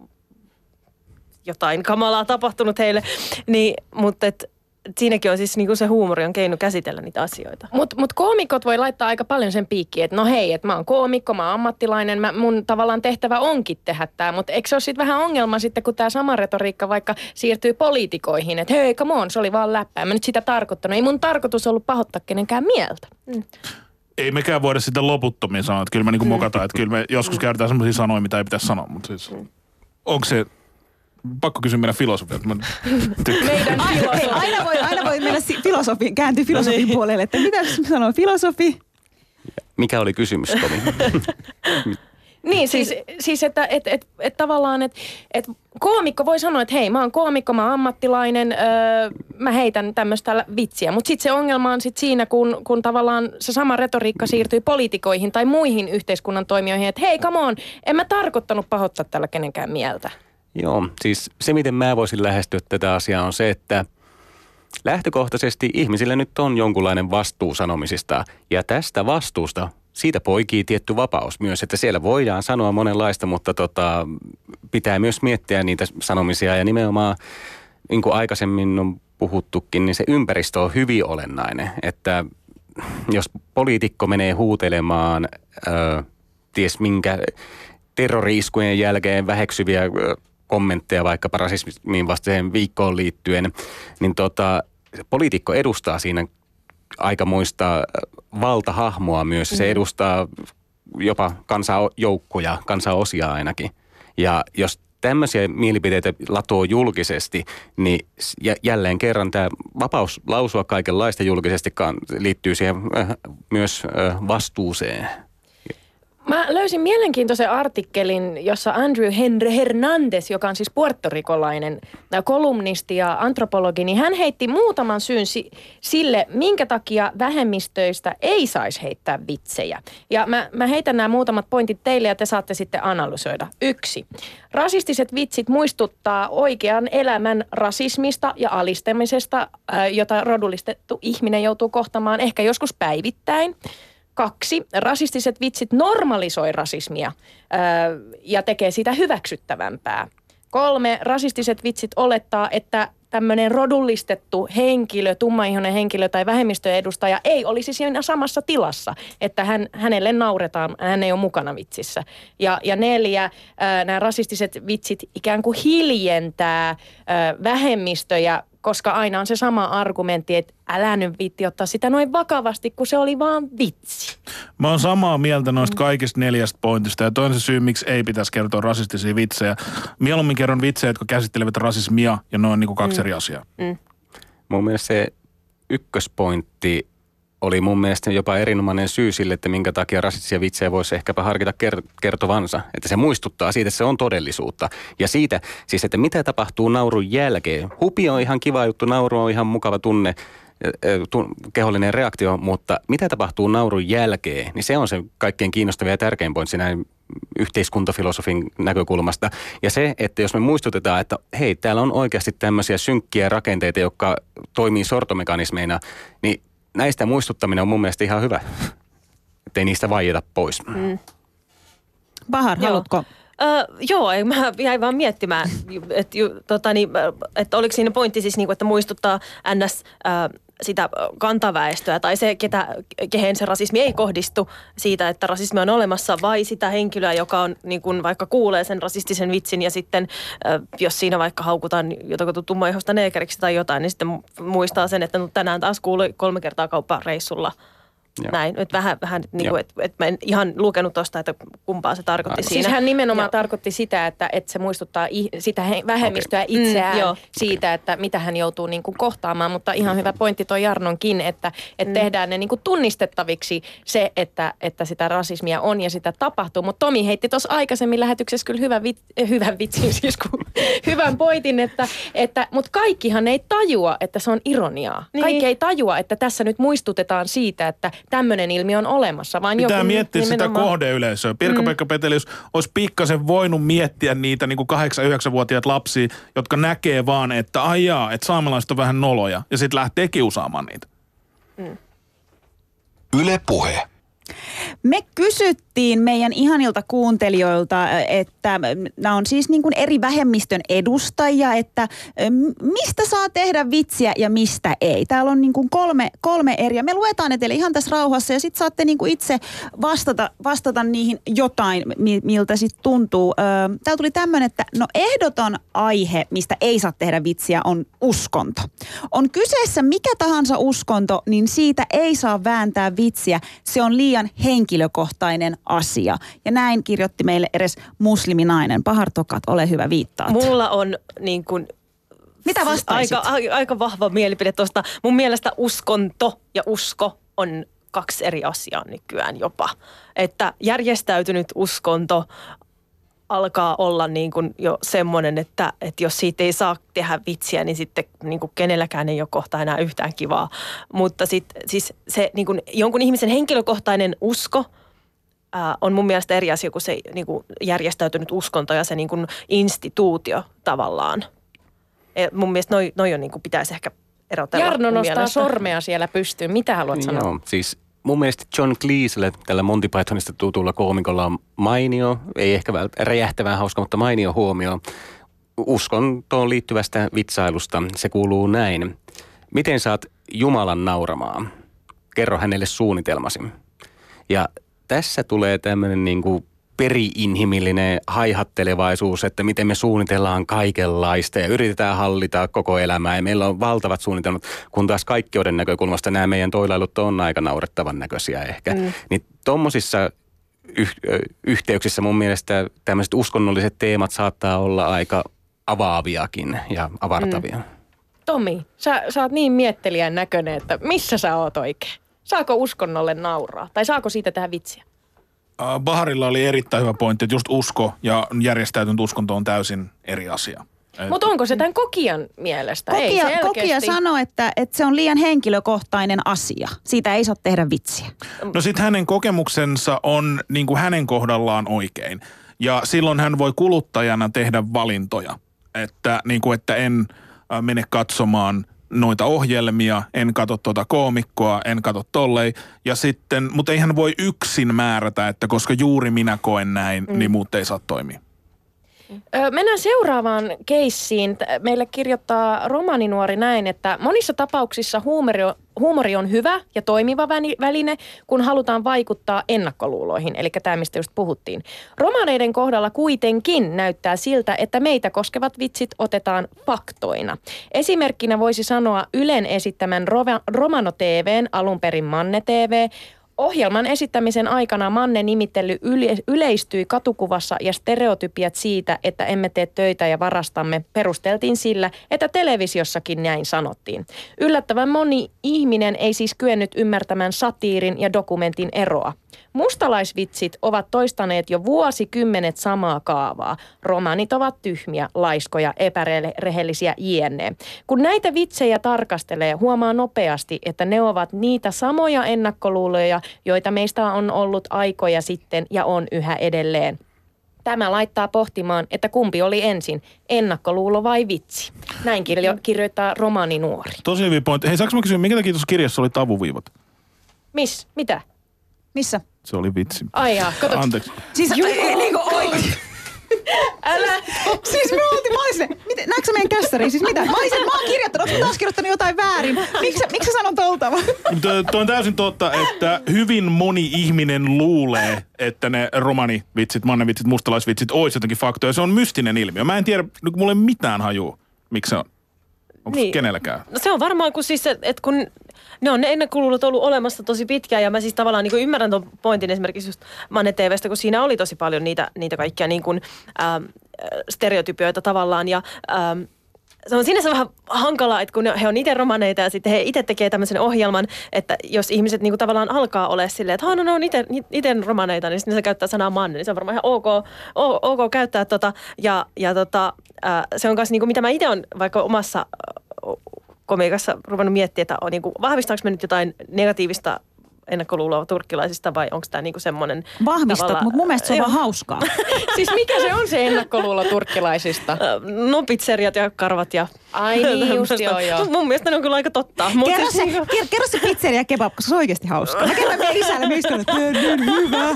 jotain kamalaa tapahtunut heille, niin, mutta siinäkin on siis niinku se huumori on keino käsitellä niitä asioita. Mut koomikot voi laittaa aika paljon sen piikkiin, että no hei, että mä oon koomikko, mä oon ammattilainen, mun tavallaan tehtävä onkin tehdä tää, mutta eikö se ole sitten vähän ongelma sitten, kun tää sama retoriikka vaikka siirtyy poliitikoihin, että hei, come on, se oli vaan läppää, mä nyt sitä tarkoittanut. Ei mun tarkoitus ollut pahoittaa kenenkään mieltä. Ei mekään voida sitä loputtomiin sanoa, että kyllä me niinku mokataan, että kyllä me joskus käytetään semmoisia sanoja, mitä ei pitäisi sanoa, mutta siis onko se pakko kysyä meidän filosofiat. Meidän filosofi. Aina voi mennä kääntyä filosofin puolelle, että mitä sanoo filosofi? Mikä oli kysymys, Tomi? Niin, siis että tavallaan, että koomikko voi sanoa, että hei, mä oon koomikko, mä oon ammattilainen, mä heitän tämmöistä vitsiä. Mutta sitten se ongelma on sit siinä, kun tavallaan se sama retoriikka siirtyy poliitikoihin tai muihin yhteiskunnan toimijoihin, että hei, come on, en mä tarkoittanut pahoittaa tällä kenenkään mieltä. Joo, siis se miten mä voisin lähestyä tätä asiaa on se, että lähtökohtaisesti ihmisillä nyt on jonkunlainen vastuu sanomisista ja tästä vastuusta siitä poikii tietty vapaus myös, että siellä voidaan sanoa monenlaista, mutta pitää myös miettiä niitä sanomisia ja nimenomaan, niin kuin aikaisemmin on puhuttukin, niin se ympäristö on hyvin olennainen, että jos poliitikko menee huutelemaan ties minkä terrori-iskujen jälkeen väheksyviä kommentteja vaikkapa rasismiin vastaiseen viikkoon liittyen, niin poliitikko edustaa siinä aikamoista valtahahmoa myös. Se edustaa jopa kansanjoukkoja, kansanosia ainakin. Ja jos tämmöisiä mielipiteitä latoo julkisesti, niin jälleen kerran tämä vapaus lausua kaikenlaista julkisesti liittyy siihen myös vastuuseen. Mä löysin mielenkiintoisen artikkelin, jossa Andrew Hernandez, joka on siis puertorikolainen kolumnisti ja antropologi, niin hän heitti muutaman syyn sille, minkä takia vähemmistöistä ei saisi heittää vitsejä. Ja mä heitän nämä muutamat pointit teille ja te saatte sitten analysoida. 1. Rasistiset vitsit muistuttaa oikean elämän rasismista ja alistamisesta, jota rodullistettu ihminen joutuu kohtamaan ehkä joskus päivittäin. 2. Rasistiset vitsit normalisoi rasismia ja tekee sitä hyväksyttävämpää. 3. Rasistiset vitsit olettaa, että tämmöinen rodullistettu henkilö, tummaihoinen henkilö tai vähemmistöjen edustaja ei olisi siinä samassa tilassa, että hänelle nauretaan, hän ei ole mukana vitsissä. Ja 4. Nämä rasistiset vitsit ikään kuin hiljentää vähemmistöjä, koska aina on se sama argumentti, että älä nyt viitti ottaa sitä noin vakavasti, kun se oli vaan vitsi. Mä oon samaa mieltä noista kaikista 4 pointista ja toinen syy, miksi ei pitäisi kertoa rasistisia vitsejä. Mieluummin kerron vitsejä, jotka käsittelevät rasismia ja ne on niin kuin 2 eri asiaa. Mun mielestä se ykköspointti oli mun mielestä jopa erinomainen syy sille, että minkä takia rasistisia vitsejä voisi ehkäpä harkita kertovansa. Että se muistuttaa siitä, että se on todellisuutta. Ja siitä siis, että mitä tapahtuu naurun jälkeen. Hupi on ihan kiva juttu, nauru on ihan mukava tunne, kehollinen reaktio, mutta mitä tapahtuu naurun jälkeen, niin se on se kaikkein kiinnostavin ja tärkein pointti näin yhteiskuntafilosofin näkökulmasta. Ja se, että jos me muistutetaan, että hei, täällä on oikeasti tämmöisiä synkkiä rakenteita, jotka toimii sortomekanismeina, niin näistä muistuttaminen on mun mielestä ihan hyvä, ettei niistä vaieta pois. Bahar, haluatko? Joo, mä jäin vaan miettimään, että oliko siinä pointti siis, että muistuttaa NS sitä kantaväestöä tai se, kehen se rasismi ei kohdistu siitä, että rasismi on olemassa, vai sitä henkilöä, joka on niin kuin vaikka kuulee sen rasistisen vitsin ja sitten jos siinä vaikka haukutaan jotakuta tummaihoista neekeriksi tai jotain, niin sitten muistaa sen, että tänään taas kuului 3 kertaa kauppareissulla. Joo. Näin, että vähän niin kuin, että mä en ihan lukenut tuosta, että kumpaa se tarkoitti siinä. Siis hän nimenomaan tarkoitti sitä, että se muistuttaa sitä vähemmistöä itseään siitä, että mitä hän joutuu niin kuin kohtaamaan, mutta ihan hyvä pointti toi Jarnonkin, että tehdään ne niin kuin tunnistettaviksi se, että sitä rasismia on ja sitä tapahtuu, mutta Tomi heitti tuossa aikaisemmin lähetyksessä kyllä hyvän vitsin, siis hyvän pointin, mutta kaikkihan ei tajua, että se on ironiaa. Niin. Kaikki ei tajua, että tässä nyt muistutetaan siitä, että tämmöinen ilmiö on olemassa. Vaan pitää miettiä sitä kohdeyleisöä. Pirkka-Pekka Petelius olisi pikkasen voinut miettiä niitä niin kuin 8-9-vuotiaat lapsia, jotka näkee vaan, että aijaa, että saamelaiset on vähän noloja. Ja sitten lähtee kiusaamaan niitä. Yle Puhe. Me kysyttiin meidän ihanilta kuuntelijoilta, että nämä on siis niin kuin eri vähemmistön edustajia, että mistä saa tehdä vitsiä ja mistä ei. Täällä on niin kuin kolme eri. Me luetaan ne teille ihan tässä rauhassa ja sitten saatte niin kuin itse vastata niihin jotain, miltä sitten tuntuu. Täällä tuli tämmöinen, että ehdoton aihe, mistä ei saa tehdä vitsiä, on uskonto. On kyseessä mikä tahansa uskonto, niin siitä ei saa vääntää vitsiä. Se on liian henkilökohtainen asia. Ja näin kirjoitti meille edes musliminainen. Bahar Tokat, ole hyvä, viittaat. Mulla on niin kuin mitä vastaisit? Aika vahva mielipide tuosta. Mun mielestä uskonto ja usko on 2 eri asiaa nykyään jopa. Että järjestäytynyt uskonto alkaa olla niin kuin jo semmoinen, että jos siitä ei saa tehdä vitsiä, niin sitten niin kuin kenelläkään ei ole kohta enää yhtään kivaa. Mutta sitten siis se niin kuin jonkun ihmisen henkilökohtainen usko on mun mielestä eri asia kuin se niin kuin järjestäytynyt uskonto ja se niin kuin instituutio tavallaan. Mun mielestä noi on niin kuin pitäisi ehkä erotella. Jarno nostaa sormea siellä pystyyn. Mitä haluat sanoa? Joo, siis mun mielestä John Cleeselle, tällä Monty Pythonista tutulla koomikolla on mainio, ei ehkä räjähtävän hauska, mutta mainio huomio uskontoon liittyvästä vitsailusta. Se kuuluu näin. Miten saat Jumalan nauramaan? Kerro hänelle suunnitelmasi. Ja tässä tulee tämmöinen niinku peri-inhimillinen haihattelevaisuus, että miten me suunnitellaan kaikenlaista ja yritetään hallita koko elämää. Ja meillä on valtavat suunnitelmat, kun taas kaikkeuden näkökulmasta nämä meidän toilailut on aika naurettavan näköisiä ehkä. Niin tommosissa yhteyksissä mun mielestä tämmöiset uskonnolliset teemat saattaa olla aika avaaviakin ja avartavia. Tomi, sä oot niin miettelijän näköinen, että missä sä oot oikein? Saako uskonnolle nauraa? Tai saako siitä tehdä vitsiä? Baharilla oli erittäin hyvä pointti, että just usko ja järjestäytynyt uskonto on täysin eri asia. Mutta onko se tämän kokijan mielestä? Ei selkeästi. Kokija sanoi, että se on liian henkilökohtainen asia. Siitä ei saa tehdä vitsiä. No sit hänen kokemuksensa on niin kuin hänen kohdallaan oikein. Ja silloin hän voi kuluttajana tehdä valintoja. Että, niin kuin, että en mene katsomaan noita ohjelmia, en katso tuota koomikkoa, en katso tollei. Ja sitten, mutta ei hän voi yksin määrätä, että koska juuri minä koen näin, niin muut ei saa toimia. Mennään seuraavaan keissiin. Meille kirjoittaa romaaninuori näin, että monissa tapauksissa huumori on hyvä ja toimiva väline, kun halutaan vaikuttaa ennakkoluuloihin, eli tämä, mistä just puhuttiin. Romaaneiden kohdalla kuitenkin näyttää siltä, että meitä koskevat vitsit otetaan faktoina. Esimerkkinä voisi sanoa Ylen esittämän Romano TV:n, alun perin Manne TV. Ohjelman esittämisen aikana Manne nimittely yleistyi katukuvassa ja stereotypiat siitä, että emme tee töitä ja varastamme, perusteltiin sillä, että televisiossakin näin sanottiin. Yllättävän moni ihminen ei siis kyennyt ymmärtämään satiirin ja dokumentin eroa. Mustalaisvitsit ovat toistaneet jo vuosikymmenet samaa kaavaa. Romanit ovat tyhmiä, laiskoja, epärehellisiä jne. Kun näitä vitsejä tarkastelee, huomaa nopeasti, että ne ovat niitä samoja ennakkoluuloja, joita meistä on ollut aikoja sitten ja on yhä edelleen. Tämä laittaa pohtimaan, että kumpi oli ensin, ennakkoluulo vai vitsi. Näin kirjoittaa romaaninuori. Tosi hyvin pointti. Hei, saanko mä kysyä, minkä takia tuossa kirjassa oli tavuviivat? Mitä? Missä? Se oli vitsi. Ai jaa, kato. Anteeksi. Siis niinku oikein. Älä. Siis mä olin silleen, näetkö sä meidän kässäriin? Siis mitä? Mä oon kirjoittanut, onko mä taas kirjoittanut jotain väärin? Miksi sä sanot oltava? Tuo on täysin totta, että hyvin moni ihminen luulee, että ne romanivitsit, mannevitsit, mustalaisvitsit olisi jotenkin faktoja. Se on mystinen ilmiö. Mä en tiedä, mulla ei mitään hajua, miksi se on. Onko niin kenelläkään? No se on varmaan, kun siis, että kun ne on ne ennakkoluulot ollut olemassa tosi pitkään ja mä siis tavallaan niin kuin ymmärrän tuon pointin esimerkiksi just Manne TV:stä, kun siinä oli tosi paljon niitä kaikkia niin kuin, stereotypioita tavallaan ja se on sinänsä vähän hankalaa, että kun he on itse romaneita ja sitten he itse tekee tämmöisen ohjelman, että jos ihmiset niinku tavallaan alkaa olla silleen, että ne on itse romaneita, niin sitten se käyttää sanaa manne, niin se on varmaan ihan ok käyttää se on myös niinku, mitä mä itse on vaikka omassa komiikassa ruvennut miettimään, että on niinku, vahvistaanko me nyt jotain negatiivista ennakkoluuloa turkkilaisista vai onko tämä niinku semmoinen vahvistat, mutta mun mielestä se on vaan hauskaa. Siis mikä se on se ennakkoluulo turkkilaisista? No pizzeriat ja karvat ja... Ai niin, just joo. Mun mielestä ne on kyllä aika totta. Kerro se pizzeria kebab, koska se on oikeasti hauskaa. Mä kerron meidän isälle, mistä on, että niin hyvä.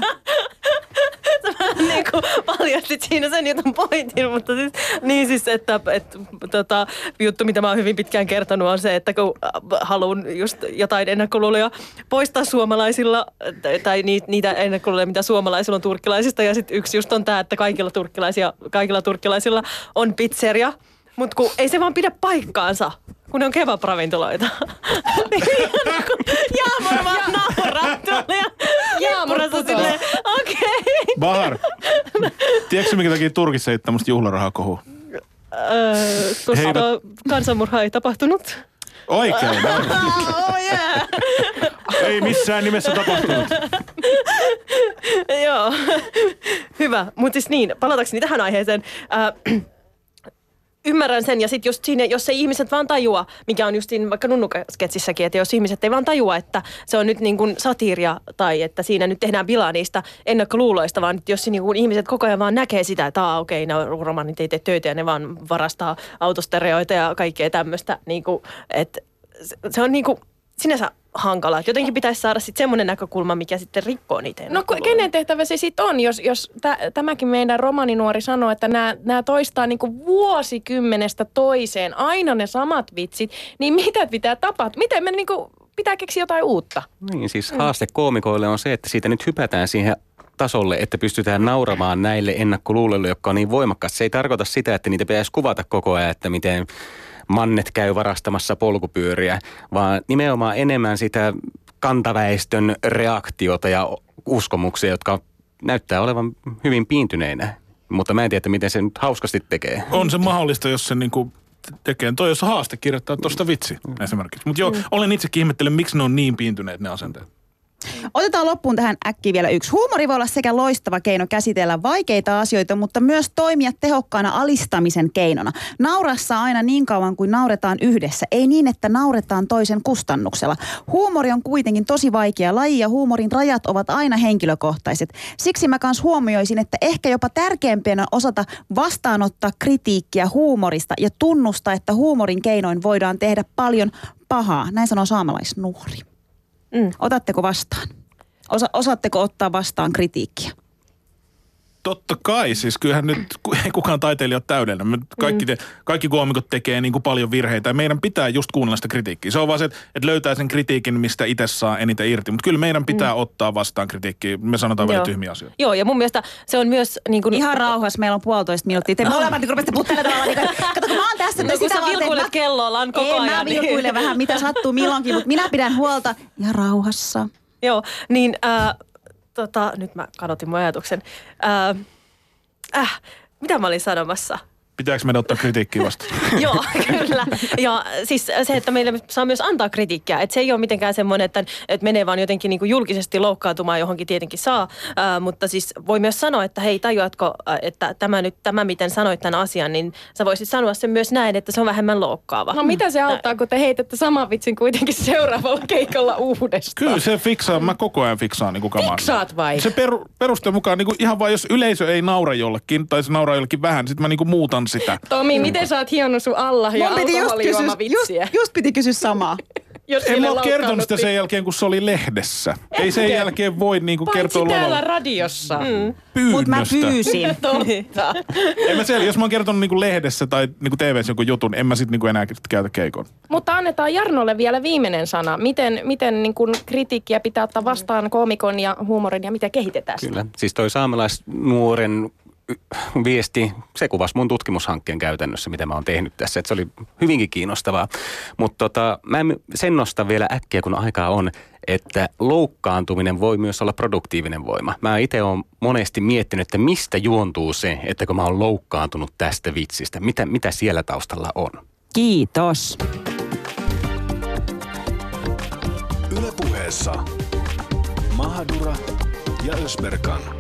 Sä vähän niin kuin paljastit siinä sen jutun pointin, mutta siis, että juttu, mitä mä oon hyvin pitkään kertonut, on se, että kun haluan just jotain ennakkoluuloja poistaa suomalaisilla, tai niitä ennakkoluuloja, mitä suomalaisilla on turkkilaisista, ja sitten yksi just on tämä, että kaikilla turkkilaisilla on pizzeria, mutta kun ei se vaan pidä paikkaansa, kun ne on kebab-ravintoloita. Jaamur vaan nauraa tuolla Jaamurassa silleen, okei. Bahar, tiedätkö minkä takia Turkissa ei tämmöistä juhlarahaa kohua? Koska kansanmurha ei tapahtunut. Oikein. Oh yeah. Ei missään nimessä tapahtunut. Joo, hyvä. Mutta siis niin, palatakseni tähän aiheeseen. Ymmärrän sen ja sitten just siinä, jos ei ihmiset vaan tajua, mikä on just siinä vaikka Nunnu-sketsissäkin, että jos ihmiset ei vaan tajua, että se on nyt niin kuin satiiria tai että siinä nyt tehdään pilaa niistä ennakkoluuloista, vaan jos niin kuin ihmiset koko ajan vaan näkee sitä, että okei, nämä romanit ei tee töitä ja ne vaan varastaa autostereoita ja kaikkea tämmöistä, niin kuin, että se on niin kuin sinänsä hankalaa. Et jotenkin pitäisi saada sitten semmoinen näkökulma, mikä sitten rikkoo niitä. No kenen tehtävä se sitten on, jos tämäkin meidän romaninuori sanoo, että nämä toistaa niinku vuosikymmenestä toiseen aina ne samat vitsit, niin mitä pitää tapahtua? Miten me niinku pitää keksiä jotain uutta? Niin, siis haaste koomikoille on se, että siitä nyt hypätään siihen tasolle, että pystytään nauramaan näille ennakkoluuloille, jotka on niin voimakkaasti. Se ei tarkoita sitä, että niitä pitäisi kuvata koko ajan, että miten mannet käy varastamassa polkupyöriä, vaan nimenomaan enemmän sitä kantaväestön reaktiota ja uskomuksia, jotka näyttää olevan hyvin piintyneinä. Mutta mä en tiedä, miten se nyt hauskasti tekee. On se mahdollista, jos se niinku tekee. Toi jos haaste kirjoittaa tuosta vitsi esimerkiksi. Mutta joo, olen itsekin ihmettelen, miksi ne on niin piintyneet ne asenteet. Otetaan loppuun tähän äkkiä vielä yksi. Huumori voi olla sekä loistava keino käsitellä vaikeita asioita, mutta myös toimia tehokkaana alistamisen keinona. Naurassa aina niin kauan kuin nauretaan yhdessä, ei niin, että nauretaan toisen kustannuksella. Huumori on kuitenkin tosi vaikea laji ja huumorin rajat ovat aina henkilökohtaiset. Siksi mä kans huomioisin, että ehkä jopa tärkeämpänä osata vastaanottaa kritiikkiä huumorista ja tunnustaa, että huumorin keinoin voidaan tehdä paljon pahaa. Näin sanoo saamelaisnuori. Otatteko vastaan? Osaatteko ottaa vastaan kritiikkiä? Totta kai, siis kyllähän nyt ei kukaan taiteilija ole täydellinen. Kaikki koomikot tekee niin kuin paljon virheitä ja meidän pitää just kuunnella sitä kritiikkiä. Se on vaan se, että löytää sen kritiikin, mistä itse saa eniten irti. Mutta kyllä meidän pitää ottaa vastaan kritiikkiä. Me sanotaan välillä tyhmiä asioita. Joo, ja mun mielestä se on myös niin kuin... Ihan rauhassa, meillä on 1,5 minuuttia. Te molemmat kun rupesitte puhumaan tällä tavalla, niin kato kun mä oon tässä. No, kun sä vilkuilet kellolla koko ajan. Mä vilkuilen vähän, mitä sattuu milloinkin, mutta minä pidän huolta ihan rauhassa. Joo, niin nyt mä kadotin mun ajatuksen. Mitä mä olin sanomassa? Pitääkö meidän ottaa kritiikkiä vastaan? Joo, kyllä. Ja siis se, että meille saa myös antaa kritiikkiä. Että se ei ole mitenkään semmoinen, että menee vaan jotenkin niin kuin julkisesti loukkaantumaan johonkin tietenkin saa. Mutta siis voi myös sanoa, että hei, tajuatko, että tämä miten sanoit tämän asian, niin sä voisit sanoa sen myös näin, että se on vähemmän loukkaava. No mitä se auttaa, kun te heitätte saman vitsin kuitenkin seuraavalla keikalla uudestaan? Kyllä se fiksaa. Mä koko ajan fiksaan niin kuin kamaa. Fiksaat vai? Se perusteen mukaan niin kuin ihan vaan, jos yleisö ei naura jollekin tai se nauraa jollekin vähän, sit mä niin kuin muutan sitä. Tomi, miten sä oot hionnut sun alla ja alkoholijuomavitsiä? Just piti kysyä samaa. En mä ole kertonut sitä sen jälkeen, kun se oli lehdessä. Ei sen jälkeen voi niinku kertoa paitsi lavalla. täällä radiossa. Pyynnöstä. Mutta mä pyysin. Totta. Jos mä oon kertonut niinku lehdessä tai niinku TV:ssä jonkun jutun, en mä sit niinku enää käytä keikon. Mutta annetaan Jarnolle vielä viimeinen sana. Miten niin kun kritiikkiä pitää ottaa vastaan koomikon ja huumorin ja mitä kehitetään sitä? Kyllä. Siis toi saamelaisnuoren viesti, se kuvasi mun tutkimushankkeen käytännössä, mitä mä oon tehnyt tässä. Että se oli hyvinkin kiinnostavaa. Mutta mä sen nostan vielä äkkiä, kun aikaa on, että loukkaantuminen voi myös olla produktiivinen voima. Mä itse oon monesti miettinyt, että mistä juontuu se, että kun mä oon loukkaantunut tästä vitsistä. Mitä siellä taustalla on? Kiitos. Yle Puheessa Mahadura ja Ösberkan.